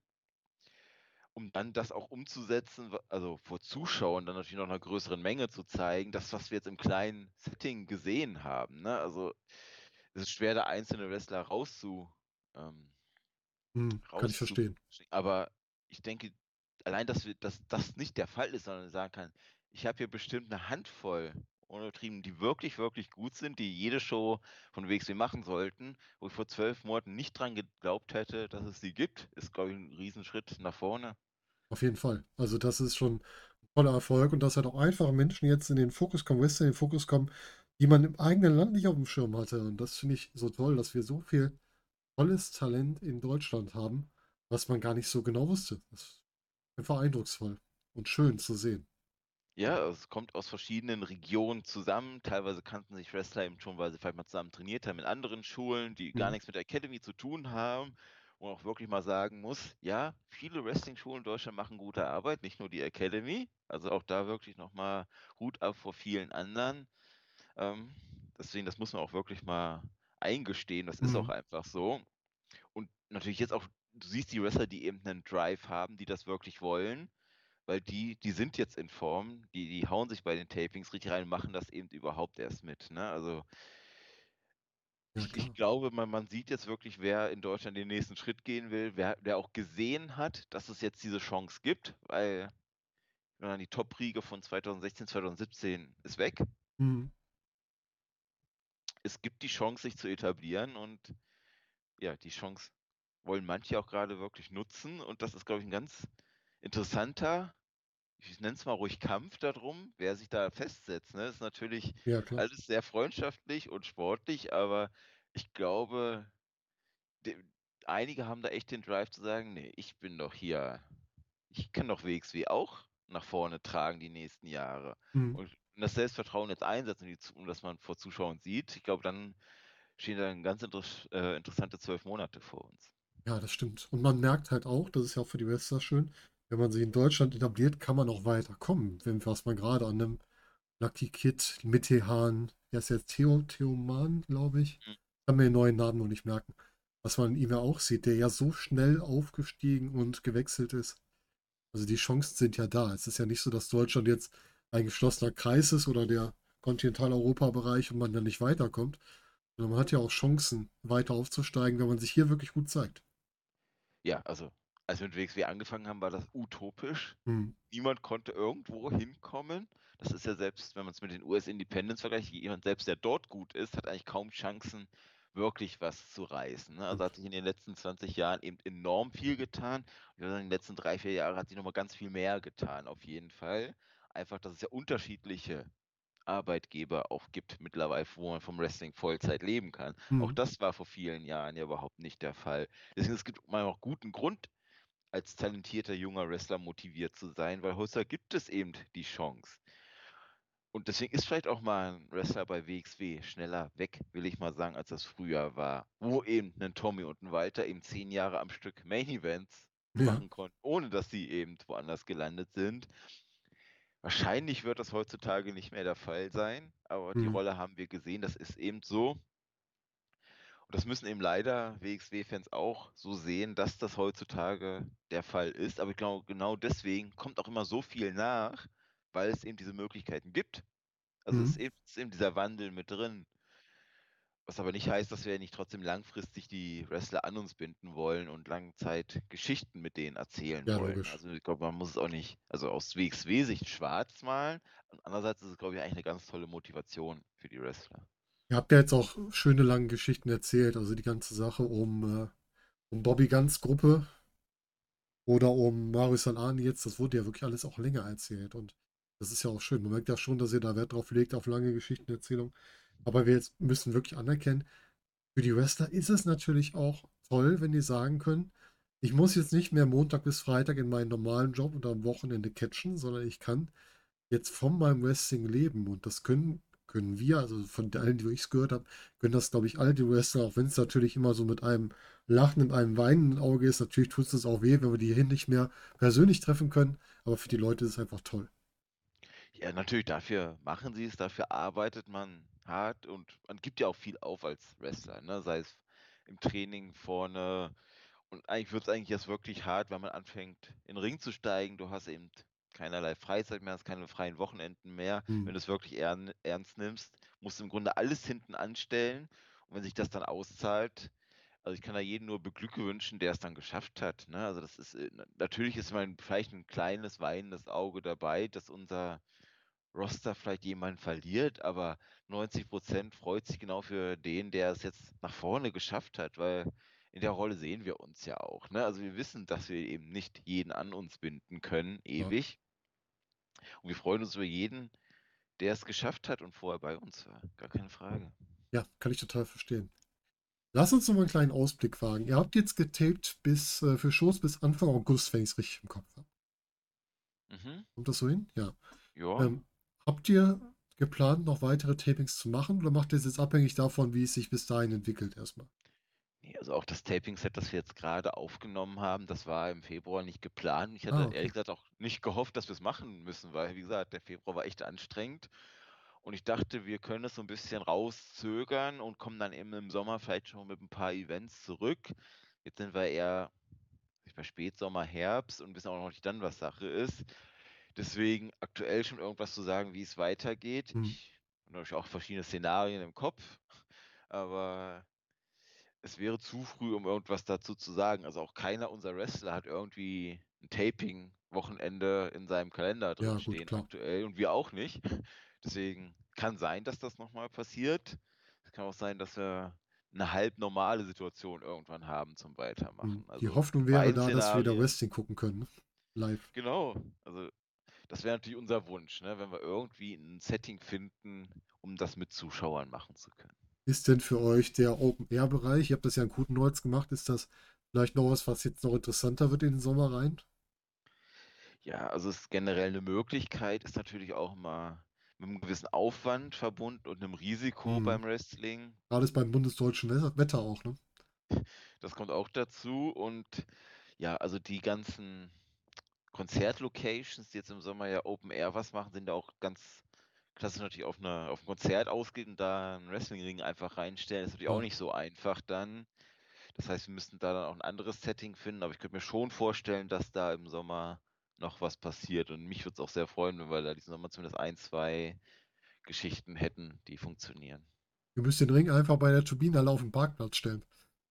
um dann das auch umzusetzen, also vor Zuschauern dann natürlich noch einer größeren Menge zu zeigen, das, was wir jetzt im kleinen Setting gesehen haben. Ne? Also es ist schwer, da einzelne Wrestler ähm, Mhm. Kann ich rauszu. verstehen. Aber ich denke, allein, dass das nicht der Fall ist, sondern sagen kann, ich habe hier bestimmt eine Handvoll Unbetrieben, die wirklich, wirklich gut sind, die jede Show von WXW machen sollten, wo ich vor 12 Monaten nicht dran geglaubt hätte, dass es sie gibt, ist, glaube ich, ein Riesenschritt nach vorne. Auf jeden Fall. Also das ist schon ein toller Erfolg und dass halt auch einfache Menschen jetzt in den Fokus kommen, Wrestling in den Fokus kommen, die man im eigenen Land nicht auf dem Schirm hatte. Und das finde ich so toll, dass wir so viel tolles Talent in Deutschland haben, was man gar nicht so genau wusste. Das ist einfach eindrucksvoll und schön zu sehen. Ja, es kommt aus verschiedenen Regionen zusammen. Teilweise kannten sich Wrestler eben schon, weil sie vielleicht mal zusammen trainiert haben in anderen Schulen, die gar Mhm. nichts mit der Academy zu tun haben. Und auch wirklich mal sagen muss, ja, viele Wrestling-Schulen in Deutschland machen gute Arbeit, nicht nur die Academy. Also auch da wirklich nochmal Hut ab vor vielen anderen. Ähm, deswegen, das muss man auch wirklich mal eingestehen. Das ist auch Mhm. einfach so. Und natürlich jetzt auch, du siehst die Wrestler, die eben einen Drive haben, die das wirklich wollen, weil die sind jetzt in Form, die hauen sich bei den Tapings richtig rein und machen das eben überhaupt erst mit, ne? Also, Ja, ich klar. glaube, man sieht jetzt wirklich, wer in Deutschland den nächsten Schritt gehen will, wer auch gesehen hat, dass es jetzt diese Chance gibt, weil, die Top-Riege von 2016, 2017 ist weg. Mhm. Es gibt die Chance, sich zu etablieren und ja, die Chance wollen manche auch gerade wirklich nutzen und das ist, glaube ich, 'n ganz interessanter, ich nenne es mal ruhig Kampf darum, wer sich da festsetzt, ne? Ist natürlich Ja, klar. alles sehr freundschaftlich und sportlich, aber ich glaube, de einige haben da echt den Drive zu sagen: „Ne, ich kann doch WXW auch nach vorne tragen die nächsten Jahre.“ Mhm. Und das Selbstvertrauen jetzt einsetzen und das man vor Zuschauern sieht, ich glaube, dann stehen da ganz interessante 12 Monate vor uns. Ja, das stimmt. Und man merkt halt auch, das ist ja auch für die Wrestler schön, wenn man sich in Deutschland etabliert, kann man auch weiterkommen. Wenn was man gerade an 'nem Lucky Kid, Mittehan, der ist jetzt Theoman, glaube ich. Mhm. Kann mir den neuen Namen noch nicht merken. Was man in ihm ja auch sieht, der ja so schnell aufgestiegen und gewechselt ist. Also die Chancen sind ja da. Es ist ja nicht so, dass Deutschland jetzt ein geschlossener Kreis ist oder der Kontinentaleuropa-Bereich und man dann nicht weiterkommt. Sondern man hat ja auch Chancen, weiter aufzusteigen, wenn man sich hier wirklich gut zeigt. Ja, also, als wir mit WXW angefangen haben, war das utopisch. Mhm. Niemand konnte irgendwo hinkommen. Das ist ja selbst, wenn man es mit den US Independents vergleicht, jemand selbst, der dort gut ist, hat eigentlich kaum Chancen, wirklich was zu reißen, ne? Also, Stimmt. hat sich in den letzten 20 Jahren eben enorm viel getan. Ich würde sagen, in den letzten 3, 4 Jahren hat sich noch mal ganz viel mehr getan, auf jeden Fall. Einfach, dass es ja unterschiedliche Arbeitgeber auch gibt mittlerweile, wo man vom Wrestling Vollzeit leben kann. Auch Mhm. das war vor vielen Jahren ja überhaupt nicht der Fall. Deswegen, es gibt mal auch guten Grund, als talentierter junger Wrestler motiviert zu sein, weil heutzutage gibt es eben die Chance. Und deswegen ist vielleicht auch mal ein Wrestler bei WXW schneller weg, will ich mal sagen, als das früher war, wo eben ein Tommy und ein Walter eben 10 Jahre am Stück Main Events Ja. machen konnten, ohne dass sie eben woanders gelandet sind. Wahrscheinlich wird das heutzutage nicht mehr der Fall sein, aber die Mhm. Rolle haben wir gesehen, das ist eben so. Und das müssen eben leider WXW-Fans auch so sehen, dass das heutzutage der Fall ist. Aber ich glaube, genau deswegen kommt auch immer so viel nach, weil es eben diese Möglichkeiten gibt. Also Mhm. ist eben dieser Wandel mit drin. Was aber nicht heißt, dass wir nicht trotzdem langfristig die Wrestler an uns binden wollen und Langzeit Geschichten mit denen erzählen Ja, wollen. logisch. Also ich glaube, man muss es auch nicht, also aus WXW-Sicht schwarz malen. Und andererseits ist es, glaube ich, eigentlich eine ganz tolle Motivation für die Wrestler. Ihr habt ja jetzt auch schöne lange Geschichten erzählt, also die ganze Sache um Bobby Guns Gruppe. Oder um Marius Al-Ani jetzt, das wurde ja wirklich alles auch länger erzählt. Und das ist ja auch schön. Man merkt ja schon, dass ihr da Wert drauf legt, auf lange Geschichtenerzählung. Aber wir jetzt müssen wirklich anerkennen, für die Wrestler ist es natürlich auch toll, wenn die sagen können, ich muss jetzt nicht mehr Montag bis Freitag in meinen normalen Job oder am Wochenende catchen, sondern ich kann jetzt von meinem Wrestling leben. Und das können wir, also von allen, die ich es gehört habe, können das, glaube ich, alle die Wrestler, auch wenn es natürlich immer so mit einem lachenden, einem weinenden Auge ist. Natürlich tut es das auch weh, wenn wir die hier nicht mehr persönlich treffen können. Aber für die Leute ist es einfach toll. Ja, natürlich, dafür machen sie es, dafür arbeitet man hart und man gibt ja auch viel auf als Wrestler, ne? Sei es im Training vorne und eigentlich wird es eigentlich erst wirklich hart, wenn man anfängt, in 'n Ring zu steigen. Du hast eben keinerlei Freizeit mehr, hast keine freien Wochenenden mehr. Hm. Wenn du es wirklich ernst nimmst, musst du im Grunde alles hinten anstellen und wenn sich das dann auszahlt, also, ich kann da jeden nur beglückwünschen, der es dann geschafft hat, ne? Also, das ist, natürlich ist mal vielleicht ein kleines weinendes Auge dabei, dass unser Roster vielleicht jemanden verliert, aber 90 freut sich genau für den, der es jetzt nach vorne geschafft hat, weil in der Rolle sehen wir uns ja auch, ne? Also, wir wissen, dass wir eben nicht jeden an uns binden können, Ja. ewig. Und wir freuen uns über jeden, der es geschafft hat und vorher bei uns war, gar keine Frage. Ja, kann ich total verstehen. Lass uns noch mal einen kleinen Ausblick wagen. Ihr habt jetzt getaped für Shows bis Anfang August, wenn ich es richtig im Kopf habe. Mhm, Kommt das so hin? Ja. ja. Ähm, Habt ihr geplant, noch weitere Tapings zu machen oder macht ihr es jetzt abhängig davon, wie es sich bis dahin entwickelt erstmal? Ne, also auch das Taping-Set, das wir jetzt gerade aufgenommen haben, das war im Februar nicht geplant. Ich Ah, hatte okay. ehrlich gesagt auch nicht gehofft, dass wir es machen müssen, weil, wie gesagt, der Februar war echt anstrengend und ich dachte, wir können es so ein bisschen rauszögern und kommen dann eben im Sommer vielleicht schon mit ein paar Events zurück. Jetzt sind wir eher, ich bei Spätsommer, Herbst und wissen auch noch nicht dann, was Sache ist. Deswegen aktuell schon irgendwas zu sagen, wie es weitergeht. Hm. Ich habe natürlich auch verschiedene Szenarien im Kopf, aber es wäre zu früh, um irgendwas dazu zu sagen. Also, auch keiner unserer Wrestler hat irgendwie 'n Taping-Wochenende in seinem Kalender Ja, gut, drinstehen klar. aktuell und wir auch nicht. Deswegen kann sein, dass das noch mal passiert. Es kann auch sein, dass wir 'ne halb normale Situation irgendwann haben zum Hm. Weitermachen. Die Also, Hoffnung in wäre beiden da, dass wir wieder Szenarien Wrestling gucken können, ne? Live. genau. Also, das wäre natürlich unser Wunsch, ne, wenn wir irgendwie 'n Setting finden, um das mit Zuschauern machen zu können. Ist denn für euch der Open-Air-Bereich, ihr habt das ja in Kutenholz gemacht, ist das vielleicht noch was, was jetzt noch interessanter wird in den Sommer rein? Ja, also es ist generell 'ne Möglichkeit, ist natürlich auch immer mit 'nem gewissen Aufwand verbunden und 'nem Risiko Mhm. beim Wrestling. Gerade ist beim bundesdeutschen Wetter auch, ne? Das kommt auch dazu und ja, also die ganzen Konzertlocations, die jetzt im Sommer ja Open Air was machen, sind ja auch ganz klassisch natürlich auf 'n Konzert ausgelegt und da 'n Wrestlingring einfach reinstellen, ist natürlich auch Ja. nicht so einfach dann. Das heißt, wir müssten da dann auch 'n anderes Setting finden, aber ich könnte mir schon vorstellen, dass da im Sommer noch was passiert und mich würde es auch sehr freuen, wenn wir da diesen Sommer zumindest ein, 2 Geschichten hätten, die funktionieren. Ihr müsst den Ring einfach bei der Turbinenhalle auf den Parkplatz stellen.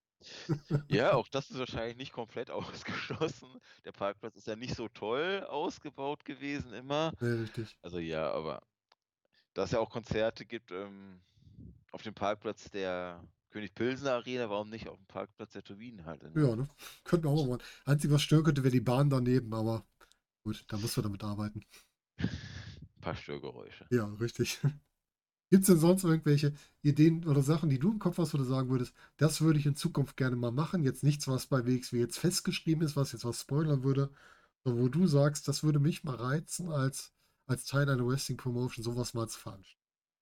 Ja, auch das ist wahrscheinlich nicht komplett ausgeschlossen. Der Parkplatz ist ja nicht so toll ausgebaut gewesen immer. Ne, richtig. Also ja, aber da es ja auch Konzerte gibt, auf dem Parkplatz der König Pilsener Arena, warum nicht auf dem Parkplatz der Turbinenhalle, ne? Ja, ne? Könnten wir auch mal machen. Einzig, was stören könnte, wäre die Bahn daneben, aber gut, da müssen wir damit arbeiten. Paar Störgeräusche. Ja, richtig. Gibt es denn sonst irgendwelche Ideen oder Sachen, die du im Kopf hast, wo du sagen würdest, das würde ich in Zukunft gerne mal machen? Jetzt nichts, was bei WXW jetzt festgeschrieben ist, was jetzt was spoilern würde, sondern wo du sagst, das würde mich mal reizen, als Teil einer Wrestling-Promotion sowas mal zu veranstalten.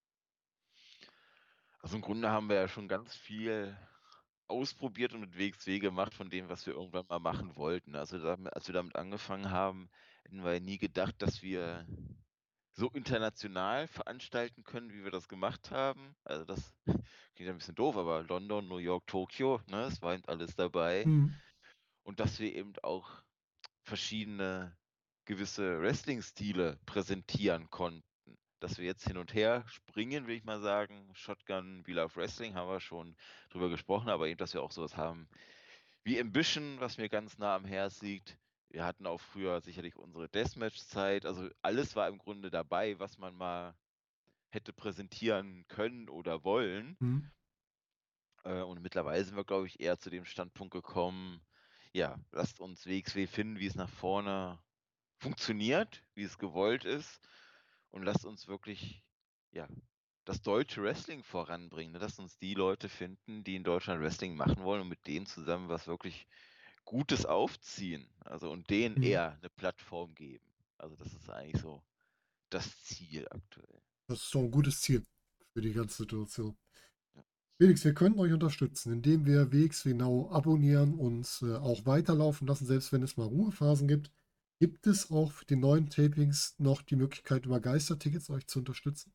Also, im Grunde haben wir ja schon ganz viel ausprobiert und mit WXW gemacht von dem, was wir irgendwann mal machen wollten. Also, als wir damit angefangen haben, hätten wir ja nie gedacht, dass wir so international veranstalten können, wie wir das gemacht haben. Also, das klingt ja 'n bisschen doof, aber London, New York, Tokio, ne, es war eben alles dabei. Mhm. Und dass wir eben auch verschiedene gewisse Wrestling-Stile präsentieren konnten. Dass wir jetzt hin und her springen, will ich mal sagen. Shotgun, We Love Wrestling haben wir schon drüber gesprochen, aber eben, dass wir auch so was haben wie Ambition, was mir ganz nah am Herz liegt. Wir hatten auch früher sicherlich unsere Deathmatch-Zeit. Also, alles war im Grunde dabei, was man mal hätte präsentieren können oder wollen. Mhm. Und mittlerweile sind wir, glaube ich, eher zu dem Standpunkt gekommen, ja, lasst uns WXW finden, wie es nach vorne funktioniert, wie es gewollt ist und lasst uns wirklich, ja, das deutsche Wrestling voranbringen, ne? Lasst uns die Leute finden, die in Deutschland Wrestling machen wollen und mit denen zusammen was wirklich Gutes aufziehen, also und denen Mhm. eher 'ne Plattform geben. Also, das ist eigentlich so das Ziel aktuell. Das ist doch ein gutes Ziel für die ganze Situation. Ja. Felix, wir können euch unterstützen, indem wir WXW Now abonnieren und auch weiterlaufen lassen, selbst wenn es mal Ruhephasen gibt. Gibt es auch für die neuen Tapings noch die Möglichkeit, über Geistertickets euch zu unterstützen?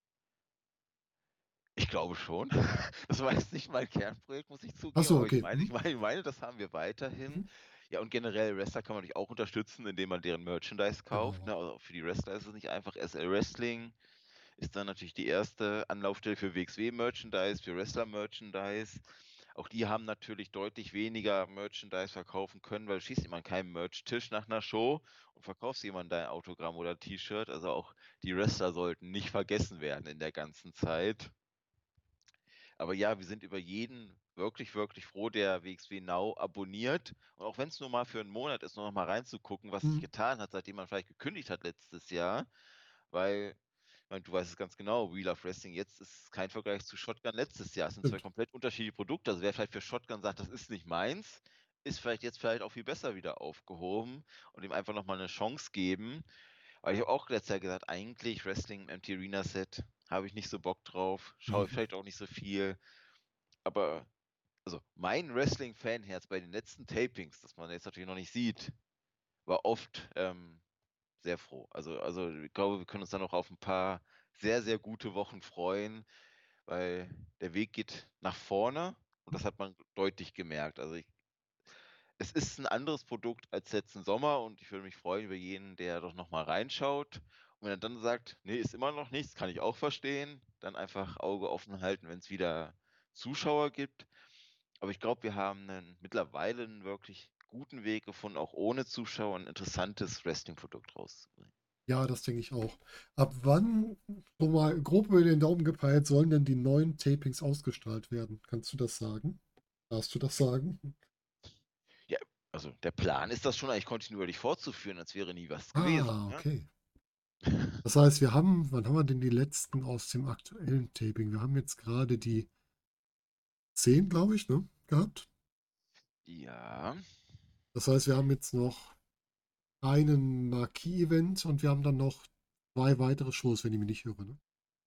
Ich glaube schon. Das war jetzt nicht mein Kernprojekt, muss ich Ach zugeben, so, aber ich okay. meine ich Mhm. meine ich meine, das haben wir weiterhin. Mhm. Ja, und generell Wrestler kann man natürlich auch unterstützen, indem man deren Merchandise kauft, Genau. ne? Also, auch für die Wrestler ist es nicht einfach. SL Wrestling ist dann natürlich die erste Anlaufstelle für WXW-Merchandise, für Wrestler-Merchandise. Auch die haben natürlich deutlich weniger Merchandise verkaufen können, weil du schießt immer an keinem Merch-Tisch nach 'ner Show und verkaufst jemandem dein Autogramm oder T-Shirt. Also, auch die Wrestler sollten nicht vergessen werden in der ganzen Zeit. Aber ja, wir sind über jeden wirklich, wirklich froh, der WXW Now abonniert. Und auch wenn es nur mal für einen Monat ist, nur noch mal reinzugucken, was sich Mhm. getan hat, seitdem man vielleicht gekündigt hat letztes Jahr. Weil, ich meine, du weißt es ganz genau, We Love Wrestling jetzt ist kein Vergleich zu Shotgun letztes Jahr. Es sind 2 Stimmt. komplett unterschiedliche Produkte. Also, wer vielleicht für Shotgun sagt: „Das ist nicht meins“, ist vielleicht jetzt vielleicht auch viel besser wieder aufgehoben und ihm einfach noch mal 'ne Chance geben. Aber ich habe auch letztes Jahr gesagt: „Eigentlich Wrestling im Empty Arena Set habe ich nicht so Bock drauf, schaue ich Mhm. vielleicht auch nicht so viel.“ Aber also, mein Wrestling-Fanherz bei den letzten Tapings, das man jetzt natürlich noch nicht sieht, war oft, sehr froh. Also, ich glaube, wir können uns dann noch auf 'n paar sehr, sehr gute Wochen freuen, weil der Weg geht nach vorne und das hat man deutlich gemerkt. Also, ich es ist 'n anderes Produkt als letzten Sommer und ich würde mich freuen über jeden, der doch noch mal reinschaut. Und wenn er dann sagt: „Ne, ist immer noch nichts“, kann ich auch verstehen, dann einfach Auge offen halten, wenn's wieder Zuschauer gibt. Aber ich glaube, wir haben 'nen mittlerweile 'n wirklich guten Weg gefunden, auch ohne Zuschauer 'n interessantes Wrestling-Produkt rauszubringen. Ja, das denke ich auch. Ab wann, so mal grob über den Daumen gepeilt, sollen denn die neuen Tapings ausgestrahlt werden? Kannst du das sagen? Darfst du das sagen? Ja, also der Plan ist das schon eigentlich kontinuierlich fortzuführen, als wäre nie was gewesen, Ah, ne? okay. Das heißt, wir haben, wann haben wir denn die letzten aus dem aktuellen Taping? Wir haben jetzt gerade die 10, glaube ich, ne, gehabt. Ja. Das heißt, wir haben jetzt noch einen Marquis-Event und wir haben dann noch 2 weitere Shows, wenn ich mich nicht irre, ne?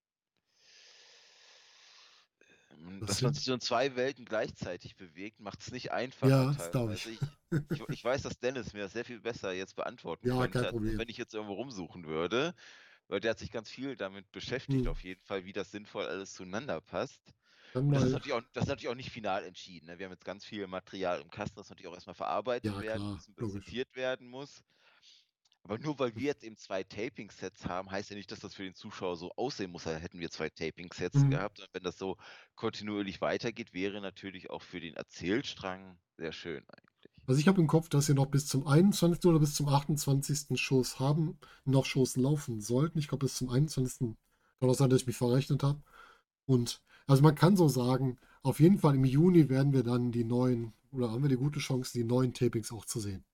Das Dass man sind, sich so in 2 Welten gleichzeitig bewegt, macht's nicht einfacher ja, das glaube ich. teilweise. Ich weiß, dass Dennis mir das sehr viel besser jetzt beantworten Ja, kein könnte, als Problem. wenn ich jetzt irgendwo rumsuchen würde, weil der hat sich ganz viel damit beschäftigt Hm. auf jeden Fall, wie das sinnvoll alles zueinander passt. Dann Und mal, das ist natürlich auch nicht final entschieden, ne? Wir haben jetzt ganz viel Material im Kasten, das natürlich auch erst mal verarbeitet ja werden klar, muss und logisch. präsentiert werden muss. Aber nur weil wir jetzt eben 2 Taping-Sets haben, heißt ja nicht, dass das für den Zuschauer so aussehen muss, als hätten wir 2 Taping-Sets Mhm. gehabt. Und wenn das so kontinuierlich weitergeht, wäre natürlich auch für den Erzählstrang sehr schön eigentlich. Also ich habe im Kopf, dass wir noch bis zum 21. oder bis zum 28. Shows haben, noch Shows laufen sollten. Ich glaube, bis zum 21. Kann auch sein, dass ich mich verrechnet habe. Und also man kann so sagen, auf jeden Fall im Juni werden wir dann die neuen, oder haben wir die gute Chance, die neuen Tapings auch zu sehen.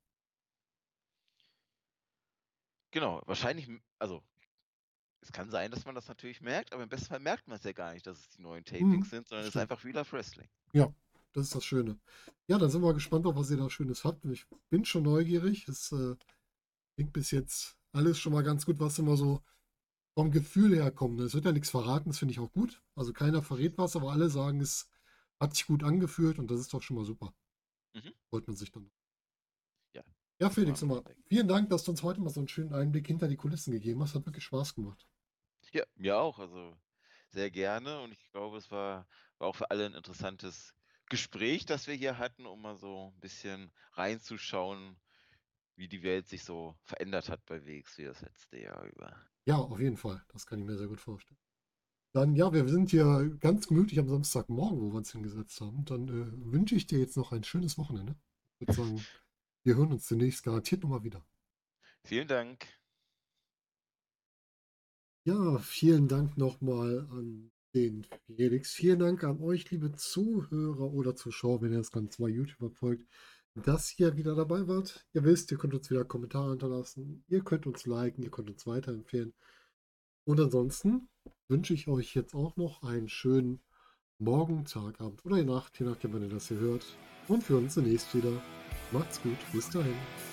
Genau, wahrscheinlich also, es kann sein, dass man das natürlich merkt, aber im besten Fall merkt man es ja gar nicht, dass es die neuen Tapings Mhm, sind, sondern es ist stimmt. einfach We Love Wrestling. Ja, das ist das Schöne. Ja, dann sind wir gespannt, auf was ihr da Schönes habt. Ich bin schon neugierig. Es klingt bis jetzt alles schon mal ganz gut, was immer so vom Gefühl her kommt. Es wird ja nichts verraten, das finde ich auch gut. Also keiner verrät was, aber alle sagen, es hat sich gut angefühlt und das ist doch schon mal super. Mhm. Freut man sich dann. Ja, Ja, das Felix, machen wir, immer denke ich. vielen Dank, dass du uns heute mal so einen schönen Einblick hinter die Kulissen gegeben hast. Hat wirklich Spaß gemacht. Ja, mir auch, also sehr gerne und ich glaube, es war auch für alle ein interessantes Gespräch, das wir hier hatten, um mal so ein bisschen reinzuschauen, wie die Welt sich so verändert hat bei WXW das letzte Jahr über. Ja, auf jeden Fall. Das kann ich mir sehr gut vorstellen. Dann, ja, wir sind hier ganz gemütlich am Samstagmorgen, wo wir uns hingesetzt haben. Dann wünsche ich dir jetzt noch ein schönes Wochenende. Ich würde sagen, wir hören uns demnächst garantiert nochmal wieder. Vielen Dank. Ja, vielen Dank nochmal an den Felix. Vielen Dank an euch, liebe Zuhörer oder Zuschauer, wenn ihr das Ganze bei YouTube verfolgt. dass ihr wieder dabei wart. Ihr wisst, ihr könnt uns wieder Kommentare hinterlassen. Ihr könnt uns liken, ihr könnt uns weiterempfehlen. Und ansonsten wünsche ich euch jetzt auch noch einen schönen Morgen, Tag, Abend oder Nacht, je nachdem, wann ihr das hier hört. Und wir hören uns zunächst wieder. Macht's gut, bis dahin.